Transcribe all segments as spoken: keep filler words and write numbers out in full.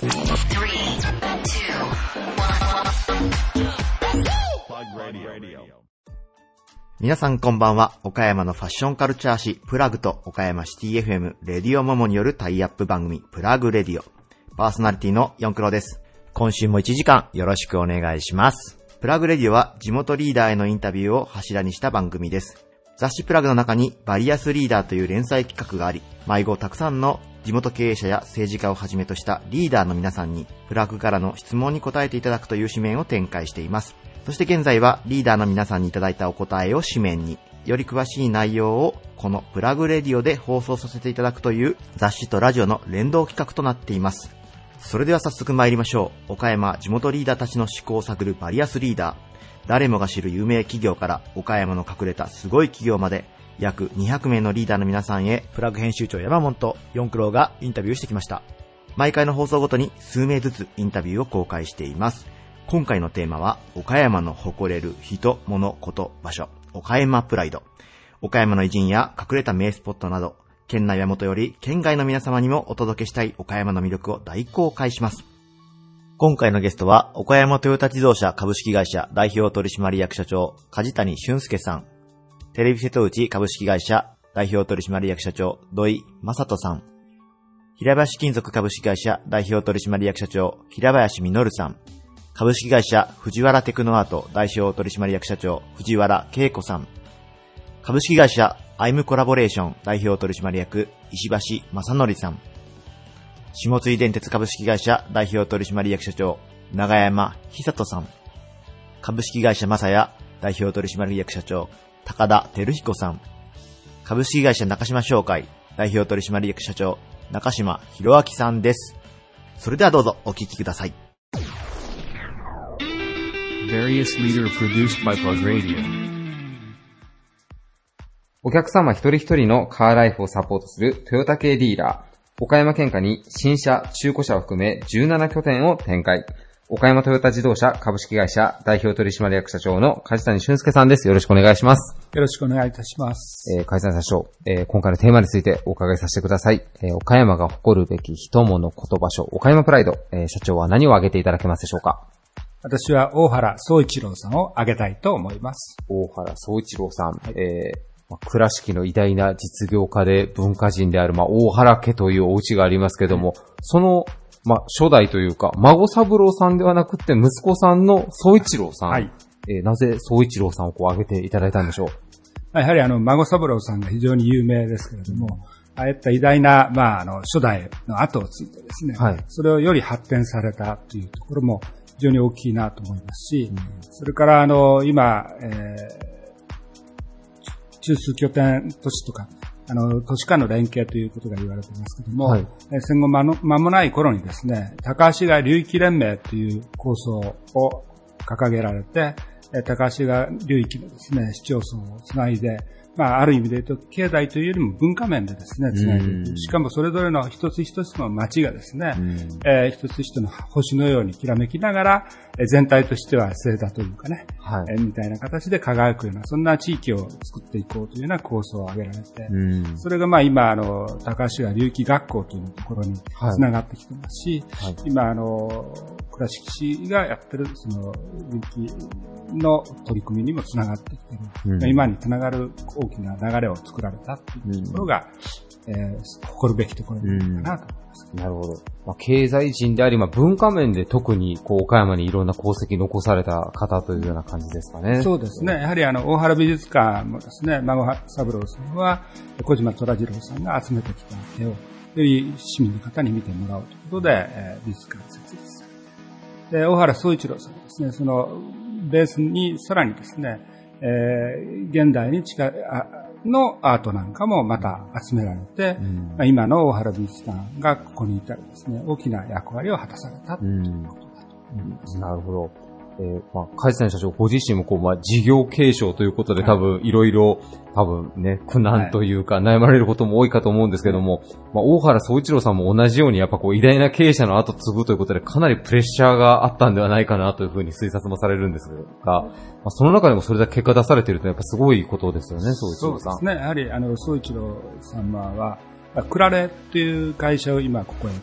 皆さんこんばんは。岡山のファッションカルチャー誌プラグと岡山シティ エフエム レディオモモによるタイアップ番組プラグレディオ。パーソナリティのヨンクロです。 今週もいちじかんよろしくお願いします。 プラグレディオは地元リーダーへのインタビューを柱にした番組です。雑誌プラグの中にバリアスリーダーという連載企画があり、毎号たくさんの地元経営者や政治家をはじめとしたリーダーの皆さんにプラグからの質問に答えていただくという紙面を展開しています。そして現在はリーダーの皆さんにいただいたお答えを紙面に、より詳しい内容をこのプラグレディオで放送させていただくという雑誌とラジオの連動企画となっています。それでは早速参りましょう。岡山地元リーダーたちの思考を探るバリアスリーダー。誰もが知る有名企業から岡山の隠れたすごい企業まで約にひゃくめいのリーダーの皆さんへプラグ編集長山本とヨンクロがインタビューしてきました。 毎回の放送ごとに数名ずつインタビューを公開しています。今回のテーマは岡山の誇れる人、物、こと、場所、岡山プライド。岡山の偉人や隠れた名スポットなど、県内はもとより県外の皆様にもお届けしたい岡山の魅力を大公開します。 今回のゲストは岡山トヨタ自動車株式会社代表取締役社長梶谷俊介さん、テレビ瀬戸内株式会社代表取締役社長土井正人さん、平林金属株式会社代表取締役社長平林実さん、株式会社藤原テクノアート代表取締役社長藤原恵子さん、株式会社アイムコラボレーション代表取締役石橋正則さん、下津井電鉄株式会社代表取締役社長長山久人さん、株式会社正也代表取締役社長高田照彦さん、株式会社中島商会代表取締役社長中島博明さんです。 それではどうぞお聞きください。 お客様一人一人のカーライフをサポートするトヨタ系ディーラー。岡山県下に新車、中古車を含めじゅうななきょてんを展開。岡山トヨタ自動車株式会社代表取締役社長の梶谷俊介さんです。よろしくお願いします。 よろしくお願いいたします。 えー、梶谷社長、えー、今回のテーマについてお伺いさせてください。えー、岡山が誇るべき人物こと場所、岡山プライド、えー、社長は何を挙げていただけますでしょうか？ 私は大原総一郎さんを挙げたいと思います。 大原総一郎さん、はい、えー倉敷の偉大な実業家で文化人である、まあ、大原家というお家がありますけども、その、まあ、初代というか、孫三郎さんではなくて、息子さんの総一郎さん。はい。えー、なぜ総一郎さんをこう挙げていただいたんでしょう？やはりあの、孫三郎さんが非常に有名ですけれども、ああいった偉大な、まあ、あの、初代の後をついてですね、はい。それをより発展されたというところも非常に大きいなと思いますし、うん、それからあの、今、えー中枢拠点都市とか、あの、都市間の連携ということが言われていますけども、はい、戦後間もない頃にですね、高橋川流域連盟という構想を掲げられて、高橋川流域のですね、市町村をつないで、まあ、ある意味で言うと、経済というよりも文化面でですね、つないでいく。しかもそれぞれの一つ一つの町がですね、えー、一つ一つの星のようにきらめきながら、えー、全体としては星座というかね、はい、えー、みたいな形で輝くような、そんな地域を作っていこうというような構想を挙げられて、それがまあ今、あの、高橋川流域学校というところにつながってきてますし、はい、今、あの、倉敷市がやってる、その、流域の取り組みにもつながってきている、うん、今につながる大きな流れを作られたというところが、うん、えー、誇るべきところなのかなと思います。 うん、なるほど。まあ、経済人であり、まあ、文化面で特にこう岡山にいろんな功績残された方というような感じですかね。 そうですね。やはりあの大原美術館もですね、孫三郎さんは小島虎次郎さんが集めてきた絵をより市民の方に見てもらおうということで、えー、美術館設立されて、で大原総一郎さんはですね、そのベースにさらにですね、えー、現代に近いのアートなんかもまた集められて、うん、まあ、今の大原美術館がここに至るですね、大きな役割を果たされたということだと思います。 うん、なるほど。えー、まあ、梶谷社長ご自身もこう、まあ、事業継承ということで多分いろいろ、多分ね、苦難というか悩まれることも多いかと思うんですけども、はい、まあ、大原総一郎さんも同じようにやっぱこう、偉大な経営者の後継ぐということでかなりプレッシャーがあったんではないかなというふうに推察もされるんですが、まあ、その中でもそれだけ結果出されているとやっぱすごいことですよね、総一郎さん。 そうですね。やはり、あの、総一郎様は、クラレっていう会社を今ここへ来て、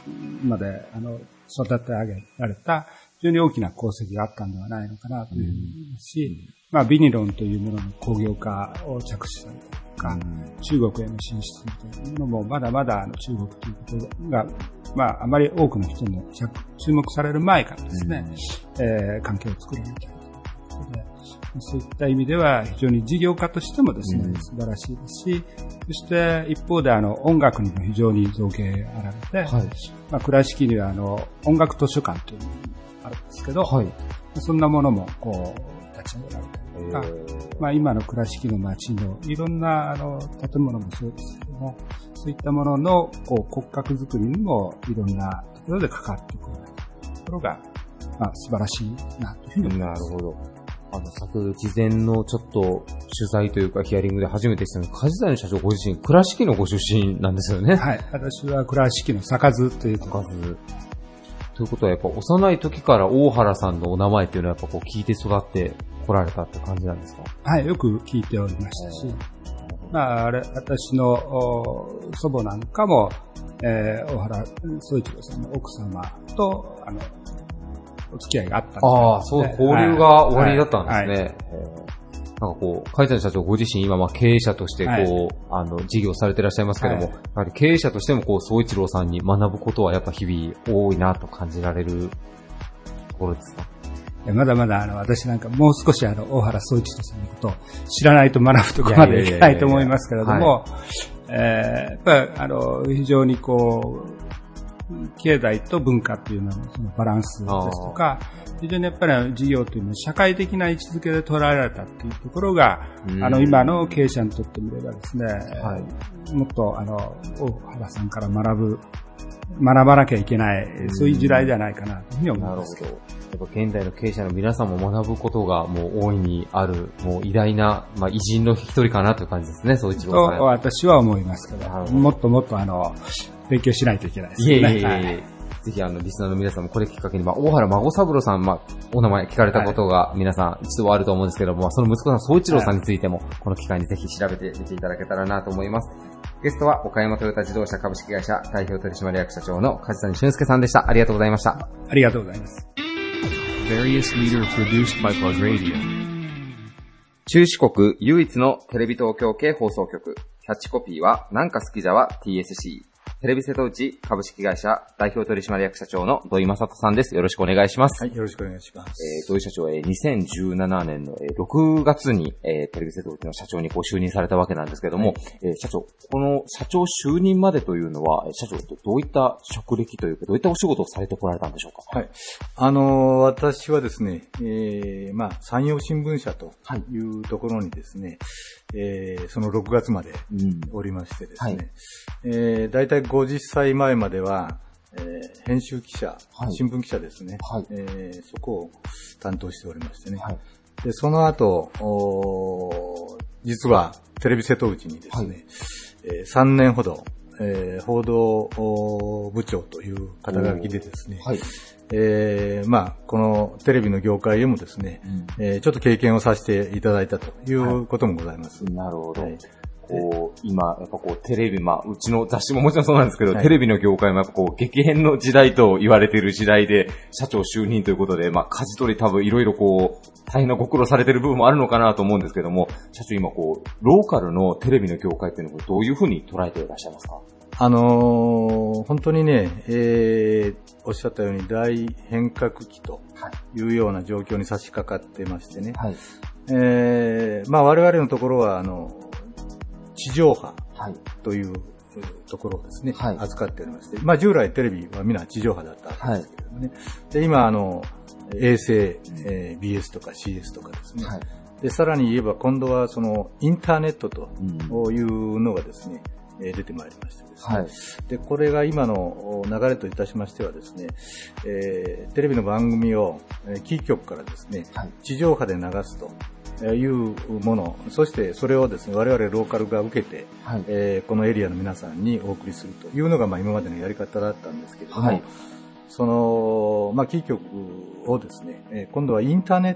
まで、あの、育て上げられた、非常に大きな功績があったんではないのかなというふうに思いますし、まあ、ビニロンというものの工業化を着手されたりとか、中国への進出というのも、まだまだあの中国ということが、まあ、あまり多くの人に注目される前からですね、えー、関係を作らなきゃいけないということで、そういった意味では非常に事業家としてもですね、素晴らしいですし、そして一方であの音楽にも非常に造形があられて、はい、まあ、倉敷にはあの音楽図書館というのがあるんですけど、はい、そんなものもこう立ち上げられたりとか、まあ、今の倉敷の街のいろんなあの建物もそうですけども、そういったもののこう骨格づくりにもいろんなところで関わってくるところが、まあ、素晴らしいなというふうに思います。 なるほど。あの、先ほど事前のちょっと取材というかヒアリングで初めてしたのが、梶谷社長ご自身、倉敷のご出身なんですよね。 はい。私は倉敷の坂津というところ。 坂津。ということはやっぱ幼い時から大原さんのお名前っていうのはやっぱこう聞いて育って来られたって感じなんですか？ はい。よく聞いておりましたし、まあ、あれ、私の祖母なんかも、えー、大原宗一郎さんの奥様と、あの、お付き合いがあったんです、ね。ああ、そう、交流が終わりだったんですね。はいはい、なんかこう、梶谷社長ご自身今まあ経営者としてこう、はい、あの、事業されていらっしゃいますけども、はい、やはり経営者としてもこう、宗一郎さんに学ぶことはやっぱ日々多いなと感じられるところですか？ いやまだまだあの、私なんかもう少しあの、大原宗一郎さんのことを知らないと学ぶところまでいけないと思いますけれども、えー、やっぱりあの、非常にこう、経済と文化っていうののそのバランスですとか、非常にやっぱり事業というのは社会的な位置づけで捉えられたっていうところが、あの今の経営者にとってみればですね、はい、もっとあの大原さんから学ぶ、学ばなきゃいけない、そういう時代ではないかなというふうに思います。なるほど。 やっぱ現代の経営者の皆さんも学ぶことがもう大いにある、もう偉大な、まあ、偉人の一人かなという感じですね、宗一郎さん。 と私は思いますけど、もっともっとあの、勉強しないといけないですね。いえいえいえ、はい、 ぜひあの、リスナーの皆さんもこれきっかけに、まあ、大原孫三郎さん、まあ、お名前聞かれたことが皆さん一度はあると思うんですけども、はい、その息子さん、宗一郎さんについても、この機会にぜひ調べてみていただけたらなと思います。ゲストは、岡山トヨタ自動車株式会社代表取締役社長の梶谷俊介さんでした。ありがとうございました。 ありがとうございます。 中四国唯一のテレビ東京系放送局。キャッチコピーは、なんか好きじゃは ティーエスシー。テレビ瀬戸内株式会社代表取締役社長の土井正人さんです。よろしくお願いします。 はい、よろしくお願いします。 えー、土井社長は、えー、にせんじゅうななねんの、えー、ろくがつに、えー、テレビ瀬戸内の社長にこう就任されたわけなんですけども、はい、えー、社長、この社長就任までというのは、社長、どういった職歴というか、どういったお仕事をされてこられたんでしょうか？ はい。あのー、私はですね、えー、まあ、山陽新聞社というところにですね、はい、えー、そのろくがつまでおりましてですね、うん、はい、えー、だいたいごじゅっさいまえまでは、えー、編集記者、はい、新聞記者ですね、はい、えー、そこを担当しておりましてね、はい、でその後実はテレビ瀬戸内にですね、はい、えー、さんねんほど、えー、報道部長という肩書きでですね、はい、えー、まあ、このテレビの業界でもですね、うん、えー、ちょっと経験をさせていただいたということもございます。 はい、なるほど。はい、こう、今、やっぱこう、テレビ、まあ、うちの雑誌ももちろんそうなんですけど、はい、テレビの業界もやっぱこう、激変の時代と言われている時代で、社長就任ということで、まあ、舵取り多分いろいろこう、大変なご苦労されている部分もあるのかなと思うんですけども、社長今こう、ローカルのテレビの業界っていうのをどういうふうに捉えていらっしゃいますか？ あのー、本当にね、えー、おっしゃったように大変革期というような状況に差し掛かってましてね、はい、えー、まあ我々のところはあの地上波というところをですね、はい、扱っておりまして、まあ従来テレビはみんな地上波だったんですけどもね、はい、で今あの衛星、えー、ビーエス とか シーエス とかですね、はい、でさらに言えば今度はそのインターネットというのがですね、うん、出てまいりましてですね、はい、でこれが今の流れといたしましてはですね、えー、テレビの番組をキー局からですね、はい、地上波で流すというもの、そしてそれをですね我々ローカルが受けて、はい、えー、このエリアの皆さんにお送りするというのがまあ今までのやり方だったんですけれども、はい、そのまあキー局をですね、今度はインターネット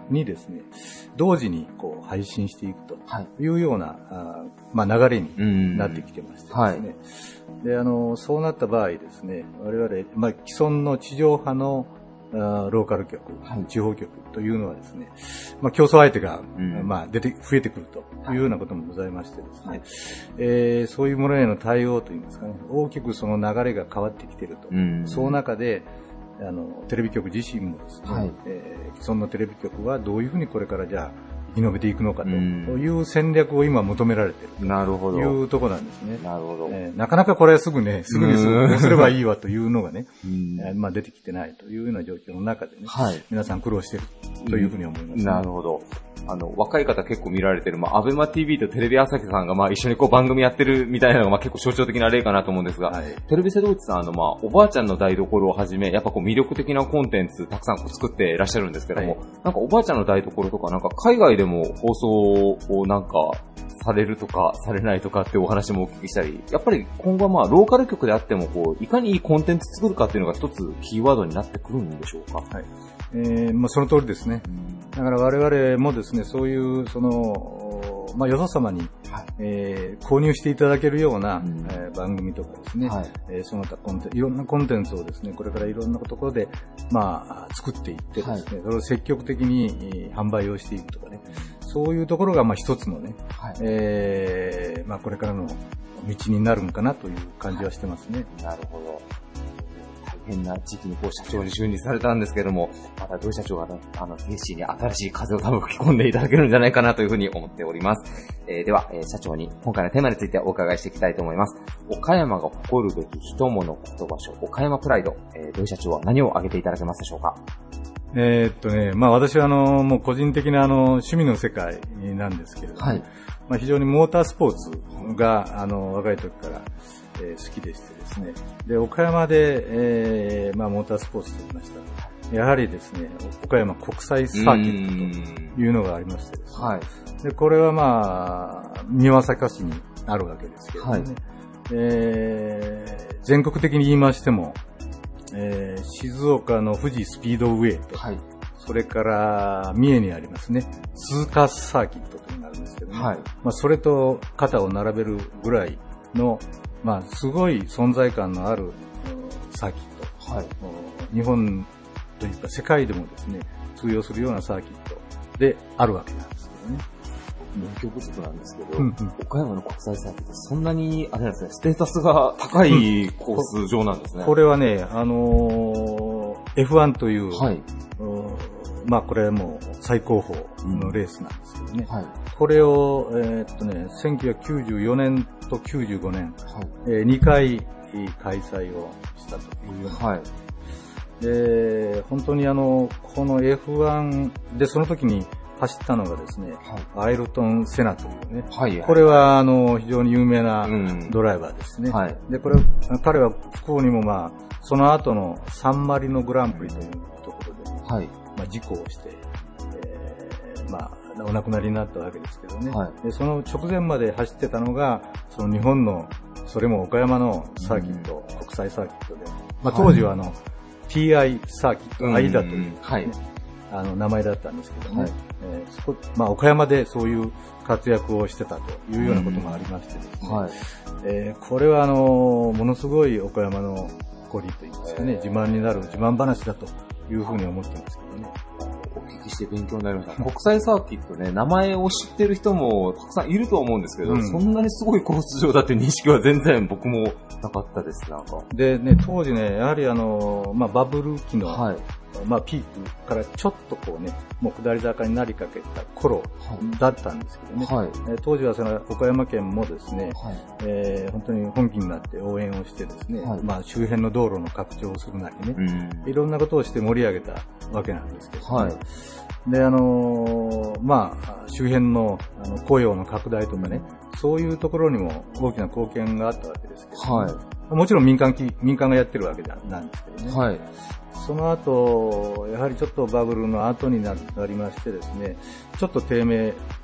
にですね、同時にこう配信していくというような、はい、あまあ、流れになってきてましてですね、はい、であのそうなった場合ですね、我々、まあ、既存の地上波のあローカル局、はい、地方局というのはですね、まあ、競争相手が、うん、まあ、出て、増えてくるというようなこともございましてですね、はい、えー、そういうものへの対応といいますかね、大きくその流れが変わってきていると。うん、その中で、あの、テレビ局自身もですね、はい、えー、既存のテレビ局はどういうふうにこれからじゃあ、生き延びていくのかという戦略を今求められているというところなんですね。なるほど。えー、なかなかこれはすぐね、すぐにこうすればいいわというのがね、えー、まあ出てきてないというような状況の中でね、はい、皆さん苦労しているというふうに思います、ね。 なるほど。あの、若い方結構見られてる、まあ、アベマ ティービー とテレビ朝日さんが、まあ、一緒にこう番組やってるみたいなのが、まあ、結構象徴的な例かなと思うんですが、はい、テレビ瀬戸内さん、あの、まあ、おばあちゃんの台所をはじめ、やっぱこう魅力的なコンテンツたくさんこう作っていらっしゃるんですけども、はい、なんかおばあちゃんの台所とか、なんか海外でも放送をなんか、されるとか、されないとかってお話もお聞きしたり、やっぱり今後はまあ、ローカル局であっても、こう、いかにいいコンテンツ作るかっていうのが一つキーワードになってくるんでしょうか。はい。 えー、まあ、その通りですね。だから我々もですね、そういう、その、まあ、よそ様に、はい、えー、購入していただけるような、うん、えー、番組とかですね、はい、えー、その他コンテンツ、いろんなコンテンツをですね、これからいろんなところで、まあ、作っていってですね、はい、それを積極的に販売をしていくとかね、そういうところが、まあ、一つのね、はい、えー、まあ、これからの道になるのかなという感じはしてますね。 はい、なるほど。変な時期にこう社長に就任されたんですけども、また土井社長がね、あの、天使に新しい風を多分吹き込んでいただけるんじゃないかなというふうに思っております。えー、では、えー、社長に今回のテーマについてお伺いしていきたいと思います。岡山が誇るべき人物言葉書、岡山プライド、えー、土井社長は何を挙げていただけますでしょうか。 えー、っとね、まあ私はあの、もう個人的なあの、趣味の世界なんですけれども、はい、まあ非常にモータースポーツが、あの、若い時から、えー、好きでしてですね。で、岡山で、えー、まあ、モータースポーツと言いましたら、やはりですね、岡山国際サーキットというのがありましてですね。はい。で、これはまあ、宮坂市にあるわけですけどね。はい、えー、全国的に言いましても、えー、静岡の富士スピードウェイと、はい、それから三重にありますね、通過サーキットというのがあるんですけどね。はい。まあ、それと肩を並べるぐらいの、まあ、すごい存在感のあるサーキット。はい。日本というか世界でもですね、通用するようなサーキットであるわけなんですけどね。 勉強不足なんですけど、うんうん、岡山の国際サーキット、そんなに、あれなんですね、ステータスが高いコース上なんですね。 うん、これはね、あのー、エフワン という、はい、まあこれはもう最高峰のレースなんですけどね。うん、はい、これを、えー、っとね、せんきゅうひゃくきゅうじゅうよねんときゅうじゅうごねん、はい、えー、にかい開催をしたというような。はい。で、本当にあの、この エフワン でその時に走ったのがですね、はい、アイルトン・セナというね、はいはい、これはあの、非常に有名なドライバーですね。うん、はい。で、これ、彼は不幸にもまあ、その後のサンマリノグランプリというところで、はい、まあ事故をして、えー、まあ、お亡くなりになったわけですけどね。はい、でその直前まで走ってたのが、その日本の、それも岡山のサーキット、うん、国際サーキットで、まあ当時はあの、はい、ティーアイ サーキット、うん、アイダという、ね、はい、あの名前だったんですけどね。はい、えー、そこ、まあ岡山でそういう活躍をしてたというようなこともありましてですね。うん、はい、えー、これはあの、ものすごい岡山の誇りといいますかね、自慢になる自慢話だというふうに思ってますけどね。 お聞きして勉強になりました。国際サーキットね、名前を知ってる人もたくさんいると思うんですけど、うん、そんなにすごいコース上だって認識は全然僕もなかったです、なんか。 でね、当時ね、やはりあの、まあ、バブル期の、はい、まあ、ピークからちょっとこうね、もう下り坂になりかけた頃だったんですけどね。はい、え当時はその岡山県もですね、はい、えー、本当に本気になって応援をしてですね、はい、まあ、周辺の道路の拡張をするなりね、うん、いろんなことをして盛り上げたわけなんですけど、ね、はい、で、あのー、まあ、周辺の、あの雇用の拡大とかね、そういうところにも大きな貢献があったわけですけど、ね、はい、もちろん民間き、民間がやってるわけなんですけどね。はい、その後、やはりちょっとバブルの後になりましてですね、ちょっと低迷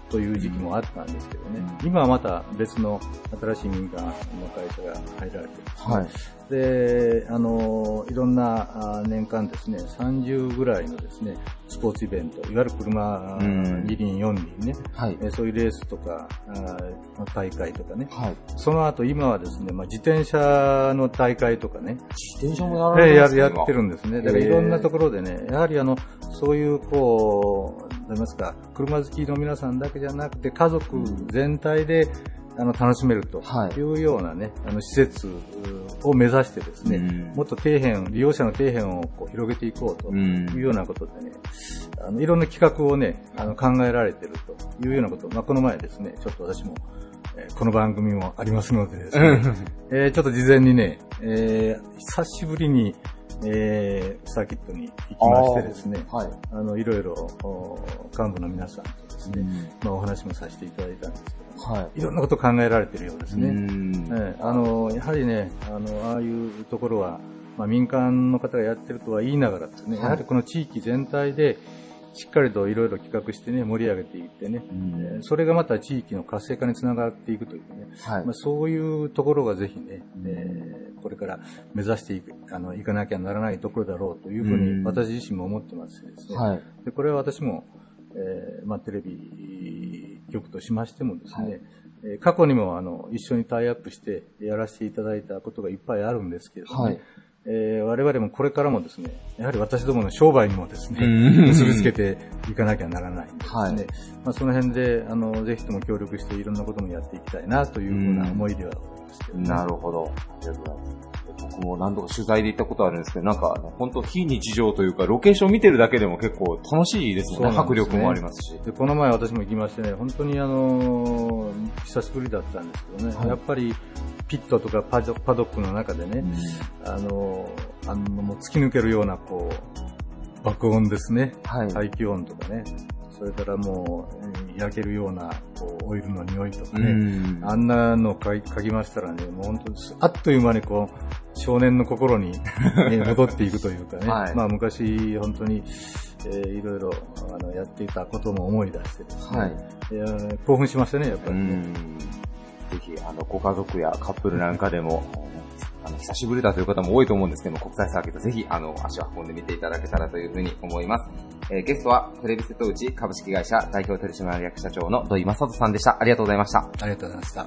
という時期もあったんですけどね、うん、今はまた別の新しい民間の会社が入られてですね、はい、で、あの、いろんな年間ですね、さんじゅうぐらいのですね、スポーツイベント、いわゆる車に輪よん輪ね、はい、そういうレースとか、大会とかね、はい、その後今はですね、まあ、自転車の大会とかね、 自転車もやられてるんですか？ やってるんですね。だからいろんなところでね、やはりあの、そういう、こう、どう言いますか、車好きの皆さんだけじゃなくて、家族全体で、あの、楽しめるというようなね、はい、あの、施設を目指してですね、うん、もっと底辺、利用者の底辺をこう広げていこうというようなことでね、うん、あの、いろんな企画をね、あの、考えられているというようなことを、まあ、この前ですね、ちょっと私も、えー、この番組もありますのでですね、えー、ちょっと事前にね、えー、久しぶりに、えー、サーキットに行きましてですね、あ、はい、あの、いろいろ、幹部の皆さんとですね、うん、まあ、お話もさせていただいたんですけど、はい、いろんなことを考えられているようですね。えー、あの、やはりね、あの、ああいうところは、まあ、民間の方がやってるとは言いながらですね、はい、やはりこの地域全体で、しっかりといろいろ企画してね、盛り上げていってね、うん、それがまた地域の活性化につながっていくというね、はい、まあ、そういうところがぜひね、えー、これから目指していく、あの、いかなきゃならないところだろうというふうに私自身も思ってますですね。はい、で、これは私も、えー、まあ、テレビ局としましてもですね、はい、過去にもあの、一緒にタイアップしてやらせていただいたことがいっぱいあるんですけれども、ね、はい、えー、我々もこれからもですね、やはり私どもの商売にもですね、結びつけていかなきゃならないんですね。はい、まあ、その辺で、あの、ぜひとも協力していろんなこともやっていきたいなというふうな思いではございますけど、ね、 なるほど。ありがとうございます。僕も何度か取材で行ったことあるんですけど、なんか、ね、本当非日常というか、ロケーション見てるだけでも結構楽しいですもんね。迫力もありますし。 で、この前私も行きましてね、本当にあのー、久しぶりだったんですけどね、はい、やっぱりピットとかパドックの中でね、うん、あのー、あの、もう突き抜けるような、こう、爆音ですね。はい。排気音とかね。それからもう、焼けるような、こう、オイルの匂いとかね。うん、あんなの嗅ぎ、嗅ぎましたらね、もう本当に、あっという間にこう、少年の心に、ね、戻っていくというかね。はい、まあ昔、本当に、えー、いろいろ、あの、やっていたことも思い出してですね。はい。いや、興奮しましたね、やっぱり、ね。うんぜひ、あの、ご家族やカップルなんかでも、あの、久しぶりだという方も多いと思うんですけども、国際サーキットぜひ、あの、足を運んでみていただけたらというふうに思います。えー、ゲストは、テレビ瀬戸内株式会社代表取締役社長の土井正人さんでした。ありがとうございました。 ありがとうございました。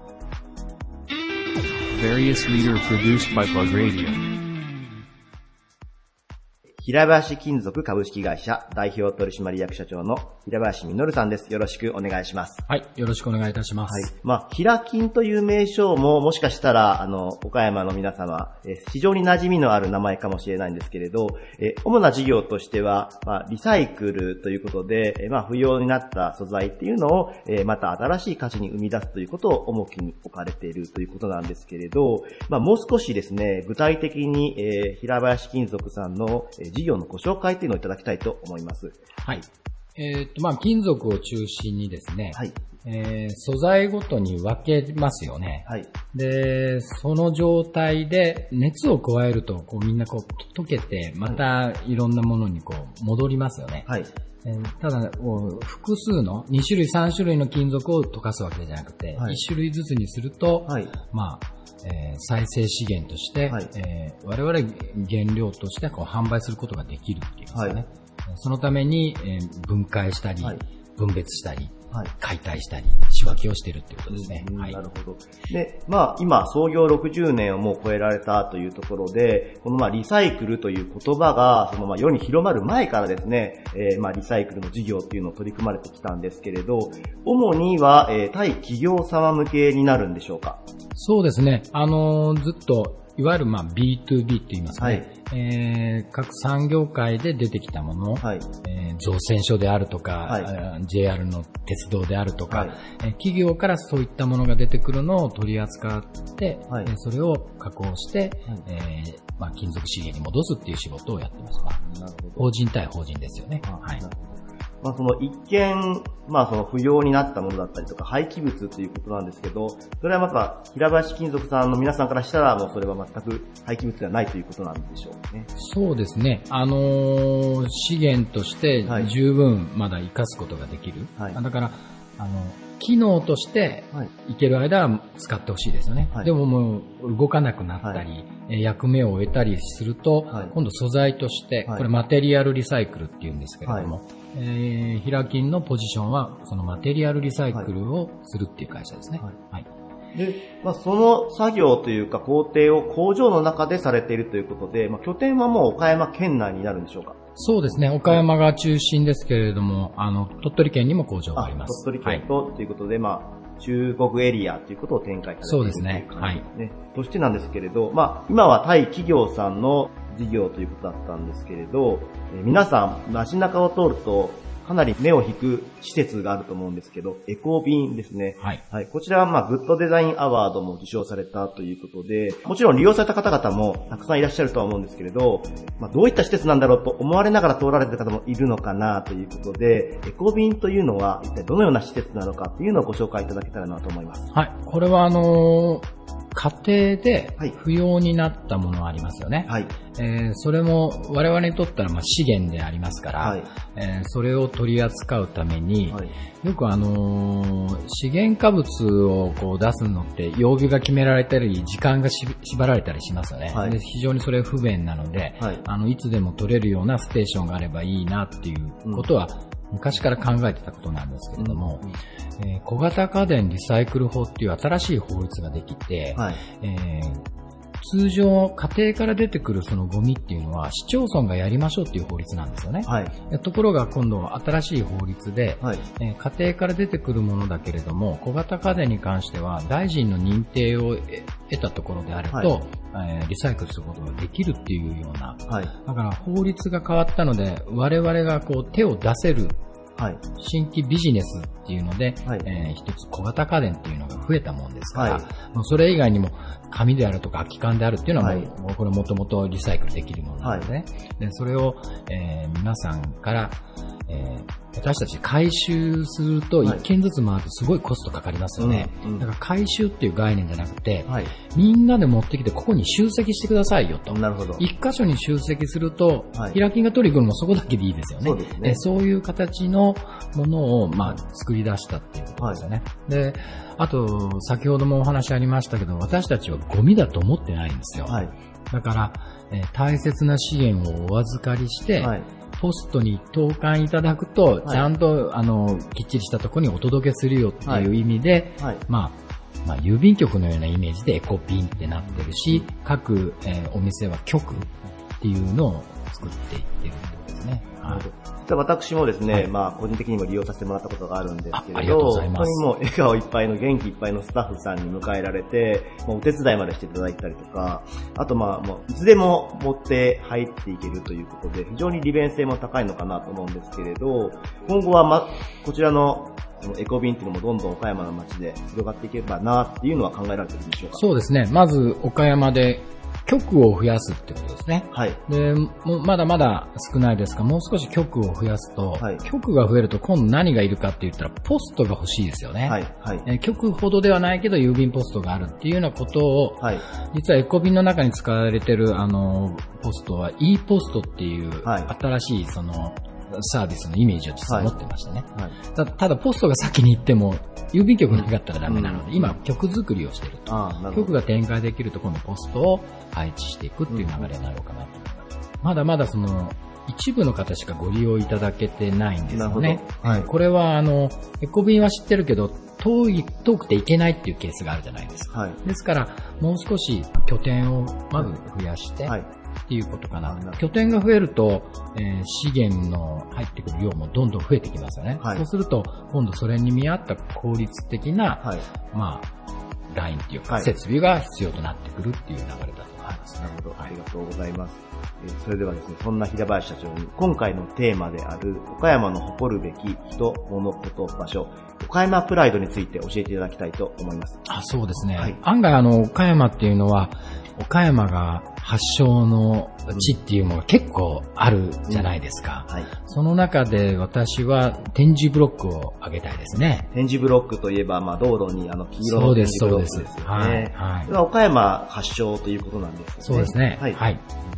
平林金属株式会社代表取締役社長の平林実さんです。よろしくお願いします。 はい、よろしくお願いいたします。 はい。まあ、平金という名称ももしかしたら、あの、岡山の皆様、え非常に馴染みのある名前かもしれないんですけれど、え主な事業としては、まあ、リサイクルということで、えまあ、不要になった素材っていうのを、えまた新しい価値に生み出すということを重きに置かれているということなんですけれど、まあ、もう少しですね、具体的に、えー、平林金属さんの、えー事業のご紹介というのをいただきたいと思います。 はい。えっと、まあ、金属を中心にですね、はい。えー、素材ごとに分けますよね。はい。で、その状態で熱を加えると、こうみんなこう溶けて、またいろんなものにこう戻りますよね。はい。えー、ただ、複数のに種類さん種類の金属を溶かすわけじゃなくて、はい、いち種類ずつにすると、はい。まあ、えー、再生資源として、はいえー、我々原料としてこう販売することができるっていうんですかね。はい、そのために、えー、分解したり、はい、分別したり、はい、解体したり、仕分けをしているっていうことですね。 うんはい、なるほど。で、まあ、今、創業ろくじゅうねんをもう超えられたというところで、このまあ、リサイクルという言葉が、そのまあ、世に広まる前からですね、えー、まあ、リサイクルの事業っていうのを取り組まれてきたんですけれど、主には、えー、対企業様向けになるんでしょうか？ そうですね。あのー、ずっと、いわゆるまあ ビーツービー って言いますかね、はいえー、各産業界で出てきたもの、はいえー、造船所であるとか、はい、ジェイアール の鉄道であるとか、はいえー、企業からそういったものが出てくるのを取り扱って、はいえー、それを加工して、はいえーまあ、金属資源に戻すっていう仕事をやってます。まあ、なるほど法人対法人ですよね。はいまあ、その一見、まあその不要になったものだったりとか廃棄物ということなんですけど、それはまた平林金属さんの皆さんからしたらもうそれは全く廃棄物ではないということなんでしょうね。 そうですね。あのー、資源として十分まだ活かすことができる。はい、だから、ああの、機能としていける間は使ってほしいですよね。はい、でももう動かなくなったり、はい、役目を終えたりすると、はい、今度素材として、これマテリアルリサイクルって言うんですけれども、はい、えー、ヒラキンのポジションはそのマテリアルリサイクルをするっていう会社ですね。はいはい、 で、まあ、その作業というか工程を工場の中でされているということで、まあ、拠点はもう岡山県内になるんでしょうか？ そうですね。岡山が中心ですけれども、あの、鳥取県にも工場があります。 鳥取県と、はい、ということで、まあ、中国エリアということを展開されているそうですね。はい。 としてなんですけれど、まあ、今は対企業さんの事業ということだったんですけれど、えー、皆さん、街中を通ると、かなり目を引く施設があると思うんですけど、エコビンですね。はい。はい。こちらは、まあ、グッドデザインアワードも受賞されたということで、もちろん利用された方々もたくさんいらっしゃるとは思うんですけれど、まあ、どういった施設なんだろうと思われながら通られている方もいるのかなということで、エコビンというのは一体どのような施設なのかというのをご紹介いただけたらなと思います。 はい。これはあのー、家庭で不要になったものありますよね。はい。えー、それも我々にとったらまあ資源でありますから、はい、えー、それを取り扱うために、はい、よくあのー、資源化物をこう出すのって曜日が決められたり時間がし縛られたりしますよね。はい、で非常にそれ不便なので、はい、あのいつでも取れるようなステーションがあればいいなっていうことは、うん昔から考えてたことなんですけれども、うんえー、小型家電リサイクル法っていう新しい法律ができて、はいえー通常、家庭から出てくるそのゴミっていうのは市町村がやりましょうっていう法律なんですよね。はい、ところが今度新しい法律で、はいえー、家庭から出てくるものだけれども小型家電に関しては大臣の認定を得たところであると、はいえー、リサイクルすることができるっていうような、はい、だから法律が変わったので我々がこう手を出せるはい、新規ビジネスっていうので、はいえー、一つ小型家電っていうのが増えたもんですから、はい、もうそれ以外にも紙であるとか空き缶であるっていうのはもう、はい、もうこれもともとリサイクルできるものなので、ねはい、でそれを、えー、皆さんから、えー私たち回収すると一件ずつ回るとすごいコストかかりますよね。はいうんうん、だから回収っていう概念じゃなくて、はい、みんなで持ってきてここに集積してくださいよと。なるほど。一箇所に集積すると、はい、ヒラキンが取り組むのもそこだけでいいですよね。そうですね。えそういう形のものを、まあ、作り出したっていうことですよね。はい、で、あと、先ほどもお話ありましたけど、私たちはゴミだと思ってないんですよ。はい、だから、えー、大切な資源をお預かりして、はいポストに投函いただくと、ちゃんと、はい、あの、きっちりしたところにお届けするよっていう意味で、はいはい、まあ、まあ、郵便局のようなイメージでエコビンってなってるし、各、えー、お店は局っていうのを作っていってるってことですね。はい、 私もですね、はい、まあ個人的にも利用させてもらったことがあるんですけれど、本当にもう笑顔いっぱいの元気いっぱいのスタッフさんに迎えられて、もうお手伝いまでしていただいたりとか、あとまあもういつでも持って入っていけるということで、非常に利便性も高いのかなと思うんですけれど、今後はま、こちらのエコビンっていうのもどんどん岡山の街で広がっていけばなっていうのは考えられているんでしょうか？ そうですね。まず岡山で局を増やすってことですね。はい。で、もうまだまだ少ないですが、もう少し局を増やすと、はい、局が増えると今度何がいるかって言ったらポストが欲しいですよね。はい。はい。え局ほどではないけど郵便ポストがあるっていうようなことを、はい。実はエコビンの中に使われてるあのポストは e ポストっていう、はい、新しいそのサービスのイメージを実は持ってましたね。はいはい、た, ただポストが先に行っても郵便局になったらダメなので、うん、今局作りをしていると。局が展開できると今度ポストを配置していくっていう流れになろうかなと思います。うん、まだまだその一部の方しかご利用いただけてないんですよね。はい、これはあのエコビンは知ってるけど遠い遠くて行けないっていうケースがあるじゃないですか。はい、ですからもう少し拠点をまず増やして、はいはいっていうことかな。拠点が増えると、えー、資源の入ってくる量もどんどん増えてきますよね。はい、そうすると、今度それに見合った効率的な、はい、まあ、ラインっていうか、設備が必要となってくるっていう流れだと思います。 なるほど。ありがとうございます。えー、それではですね、そんな平林社長に、今回のテーマである、岡山の誇るべき人、物、こと、場所、岡山プライドについて教えていただきたいと思います。 あ、そうですね。はい、案外あの、岡山っていうのは、岡山が発祥の地っていうのが結構あるじゃないですか。うんはい、その中で私は点字ブロックを挙げたいですね。 点字ブロックといえば、まあ道路にあの黄色の点字ブロックですよね。そうです、そうです。はい。はい、それは岡山発祥ということなんですよね。 そうですね。はい。はい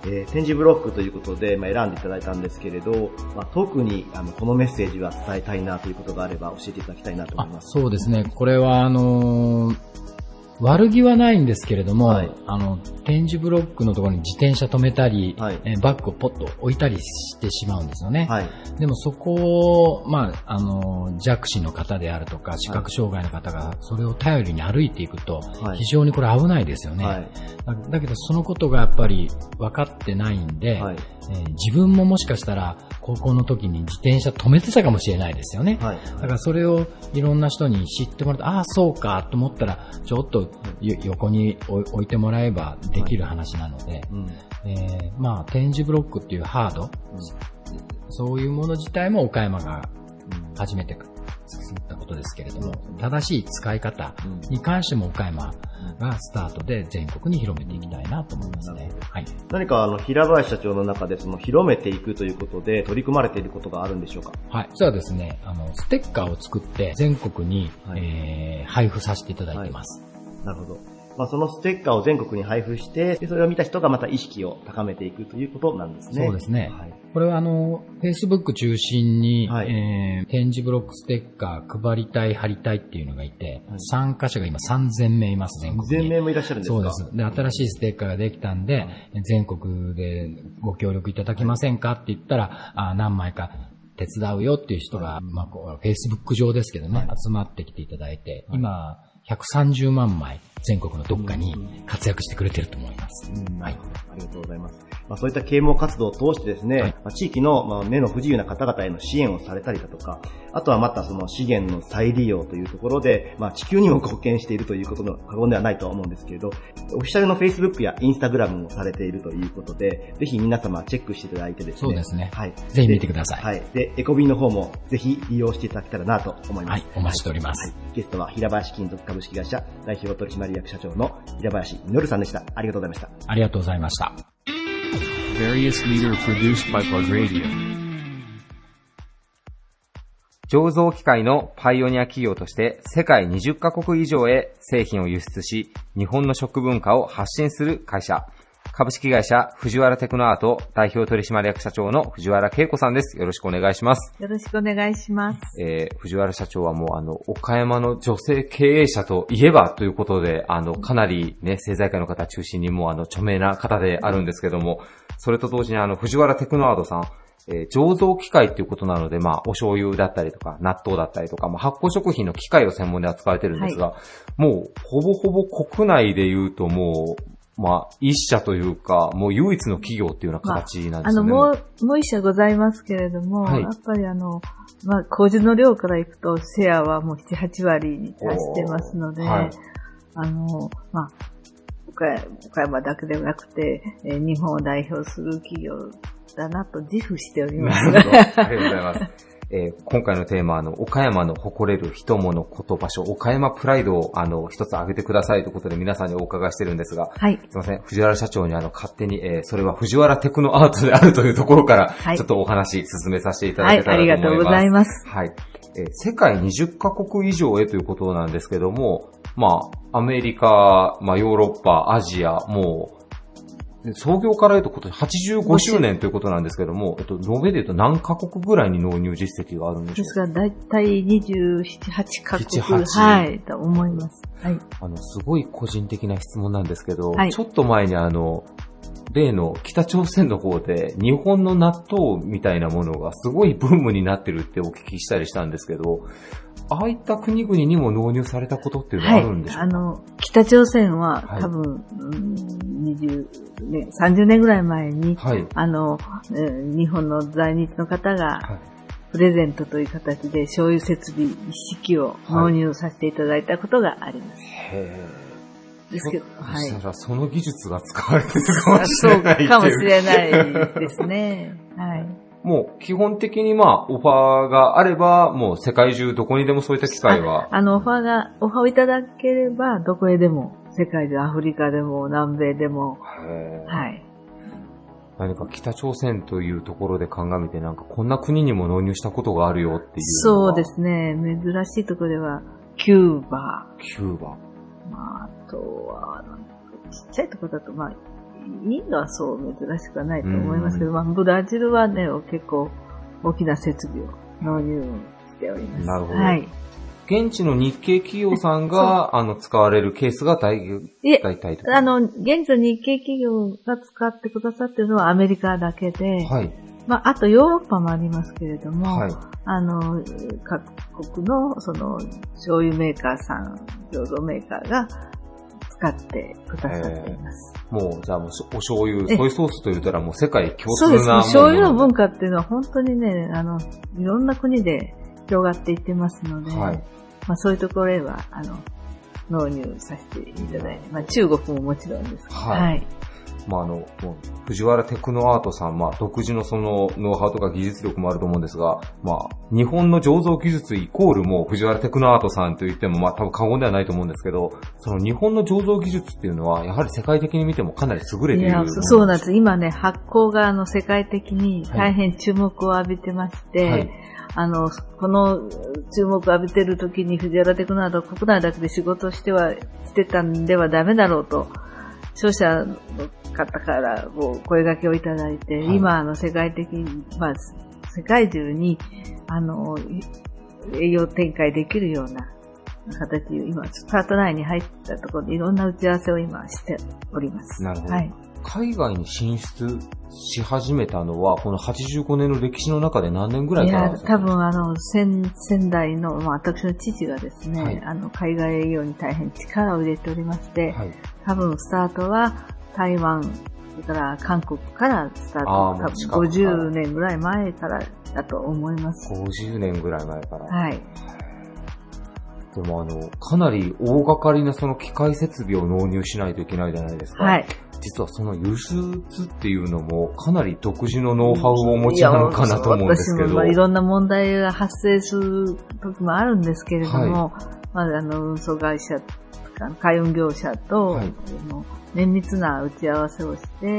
えー、点字ブロックということで、まあ、選んでいただいたんですけれど、まあ、特にあのこのメッセージは伝えたいなということがあれば教えていただきたいなと思います。 そうですね。これはあのー悪気はないんですけれども、はい、あの、点字ブロックのところに自転車止めたり、はい、えバッグをポッと置いたりしてしまうんですよね。はい、でもそこを、まあ、あの、弱視の方であるとか、視覚障害の方がそれを頼りに歩いていくと、非常にこれ危ないですよね。はい、だ, だけどそのことがやっぱり分かってないんで、はいえー、自分ももしかしたら高校の時に自転車止めてたかもしれないですよね。はい、だからそれをいろんな人に知ってもらって、ああ、そうかと思ったら、ちょっと横に置いてもらえばできる話なので、はいうんえー、まあ、点字ブロックっていうハード、うん、そういうもの自体も岡山が初めて作ったことですけれども、正しい使い方に関しても岡山がスタートで全国に広めていきたいなと思いますね。はい、 何かあの平林社長の中でその広めていくということで取り組まれていることがあるんでしょうか？ はい、実はですね、あのステッカーを作って全国に、はいえー、配布させていただいてます。はい、 なるほど。まあ、そのステッカーを全国に配布して、でそれを見た人がまた意識を高めていくということなんですね。 そうですね。はい、これはあの、Facebook 中心に、はいえー、点字ブロックステッカー配りたい、貼りたいっていうのがいて、はい、参加者が今さんぜんめいいます、全国に。 さんぜんめいもいらっしゃるんですか？ そうです。で、新しいステッカーができたんで、うん、全国でご協力いただけませんかって言ったら、あ何枚か手伝うよっていう人が、まあ、こう Facebook あですけどね、はい、集まってきていただいて、はい、今、ひゃくさんじゅうまんまい全国のどっかに活躍してくれてると思います。 うんはい、ありがとうございます。まあ、そういった啓蒙活動を通してですね、はいまあ、地域の、まあ、目の不自由な方々への支援をされたりだとか、あとはまたその資源の再利用というところで、まあ、地球にも貢献しているということの過言ではないとは思うんですけれど、オフィシャルの Facebook や Instagram もされているということで、ぜひ皆様チェックしていただいてですね。 そうですね。はい。ぜひ見てください。 はい。で、エコビンの方もぜひ利用していただけたらなと思います。 はい。お待ちしております。 はい、ゲストは平林金属株式会社代表取締役社長の平林実さんでした。ありがとうございました。 ありがとうございました。 醸造機械のパイオニア企業として世界にじゅっかこく以上へ製品を輸出し、日本の食文化を発信する会社。株式会社藤原テクノアート代表取締役社長の藤原恵子さんです。よろしくお願いします。 よろしくお願いします。 えー、藤原社長はもうあの、岡山の女性経営者といえばということで、あの、かなりね、政財界の方中心にもうあの、著名な方であるんですけども、それと同時にあの、藤原テクノアートさん、えー、醸造機械っていうことなので、まあ、お醤油だったりとか、納豆だったりとか、まあ、発酵食品の機械を専門で扱われてるんですが、はい、もう、ほぼほぼ国内で言うともう、まあ、一社というか、もう唯一の企業っていうような形なんですね。 まあ、あの、もう、もう一社ございますけれども、はい、やっぱりあの、まあ、麹の量からいくと、シェアはもうなな、はちわりに達してますので、はい、あの、まあ、岡山だけではなくて、えー、日本を代表する企業だなと自負しております。 なるほど。ありがとうございます。えー、今回のテーマは、あの、岡山の誇れる人物こと場所、岡山プライドを、あの、一つ挙げてくださいということで皆さんにお伺いしてるんですが、はい。すいません。藤原社長にあの、勝手に、えー、それは藤原テクノアートであるというところから、はい、ちょっとお話進めさせていただけたらと思います。はい、ありがとうございます。はい。えー、世界にじゅっかこく以上へということなんですけども、まあ、アメリカ、まあ、ヨーロッパ、アジア、もう、創業から言うと今年はちじゅうごしゅうねんということなんですけども、えっと、延べで言うと何カ国ぐらいに納入実績があるんでしょうか？ ですから、だいたいにじゅうなな、はちカ国。なな、はちはい、と思います。はい。 あの、すごい個人的な質問なんですけど、はい、ちょっと前にあの、例の北朝鮮の方で日本の納豆みたいなものがすごいブームになってるってお聞きしたりしたんですけど、ああいった国々にも納入されたことっていうのはあるんでしょうか？はい、あの、 北朝鮮は多分、はい、にじゅうねん、さんじゅうねんぐらい前に、はい、あの、えー、日本の在日の方が、プレゼントという形で醤油設備一式を納入させていただいたことがあります。はい、へー。ですけど、 はい。そしたらその技術が使われてるかもしれない。 そうかもしれないですね。はい。 もう基本的にまあオファーがあればもう世界中どこにでもそういった機会はあ, あのオファーがオファーをいただければどこへでも世界でアフリカでも南米でもはい。 何か北朝鮮というところで鑑みてなんかこんな国にも納入したことがあるよっていうそうですね。珍しいところではキューバキューバまああとはちっちゃいところだとまあインドはそう珍しくはないと思いますけど、まあ、ブラジルはね、結構大きな設備を納入しております。 なるほど。 はい。 現地の日系企業さんが、あの、使われるケースが大、大体とか。 あの、現地の日系企業が使ってくださっているのはアメリカだけで、はい。まあ、あとヨーロッパもありますけれども、はい。あの、各国の、その、醤油メーカーさん、醸造メーカーが使ってくださっています。 もう、じゃあもう、お醤油、ソイソースと言ったらもう世界共通なもの。 そうです。醤油の文化っていうのは本当にね、あの、いろんな国で広がっていってますので、はい。まあ、そういうところへは、あの、納入させていただいて、まあ、中国ももちろんですけど、はい。はい。 まあ、あの、藤原テクノアートさん、まあ、独自のその、ノウハウとか技術力もあると思うんですが、まあ、日本の醸造技術イコールも藤原テクノアートさんと言っても、まあ、多分過言ではないと思うんですけど、その日本の醸造技術っていうのは、やはり世界的に見てもかなり優れている。いや、 そうなんです。今ね、発酵があの、世界的に大変注目を浴びてまして、はいはい、あの、この注目を浴びてる時に藤原テクノアートは国内だけで仕事をしては、してたんではダメだろうと、商社の方からこう声掛けをいただいて、はい、今あの世界的に、まあ、世界中に、あの、営業展開できるような形を今、スタートラインに入ったところでいろんな打ち合わせを今しております。 なるほど。はい。海外に進出し始めたのは、このはちじゅうごねんの歴史の中で何年ぐらいからですか？ いや、多分あの、先、先代の、まあ、私の父がですね、はい、あの、海外営業に大変力を入れておりまして、はい、多分スタートは台湾、それから韓国からスタート、多分ごじゅうねんぐらい前からだと思います。 ごじゅうねんぐらい前から。 はい。 でもあの、かなり大掛かりなその機械設備を納入しないといけないじゃないですか。はい。実はその輸出っていうのもかなり独自のノウハウをお持ちなのかなと思うんですけど。 私もまあいろんな問題が発生する時もあるんですけれども、はい、まああの、運送会社とか海運業者と、はい、綿密な打ち合わせをして、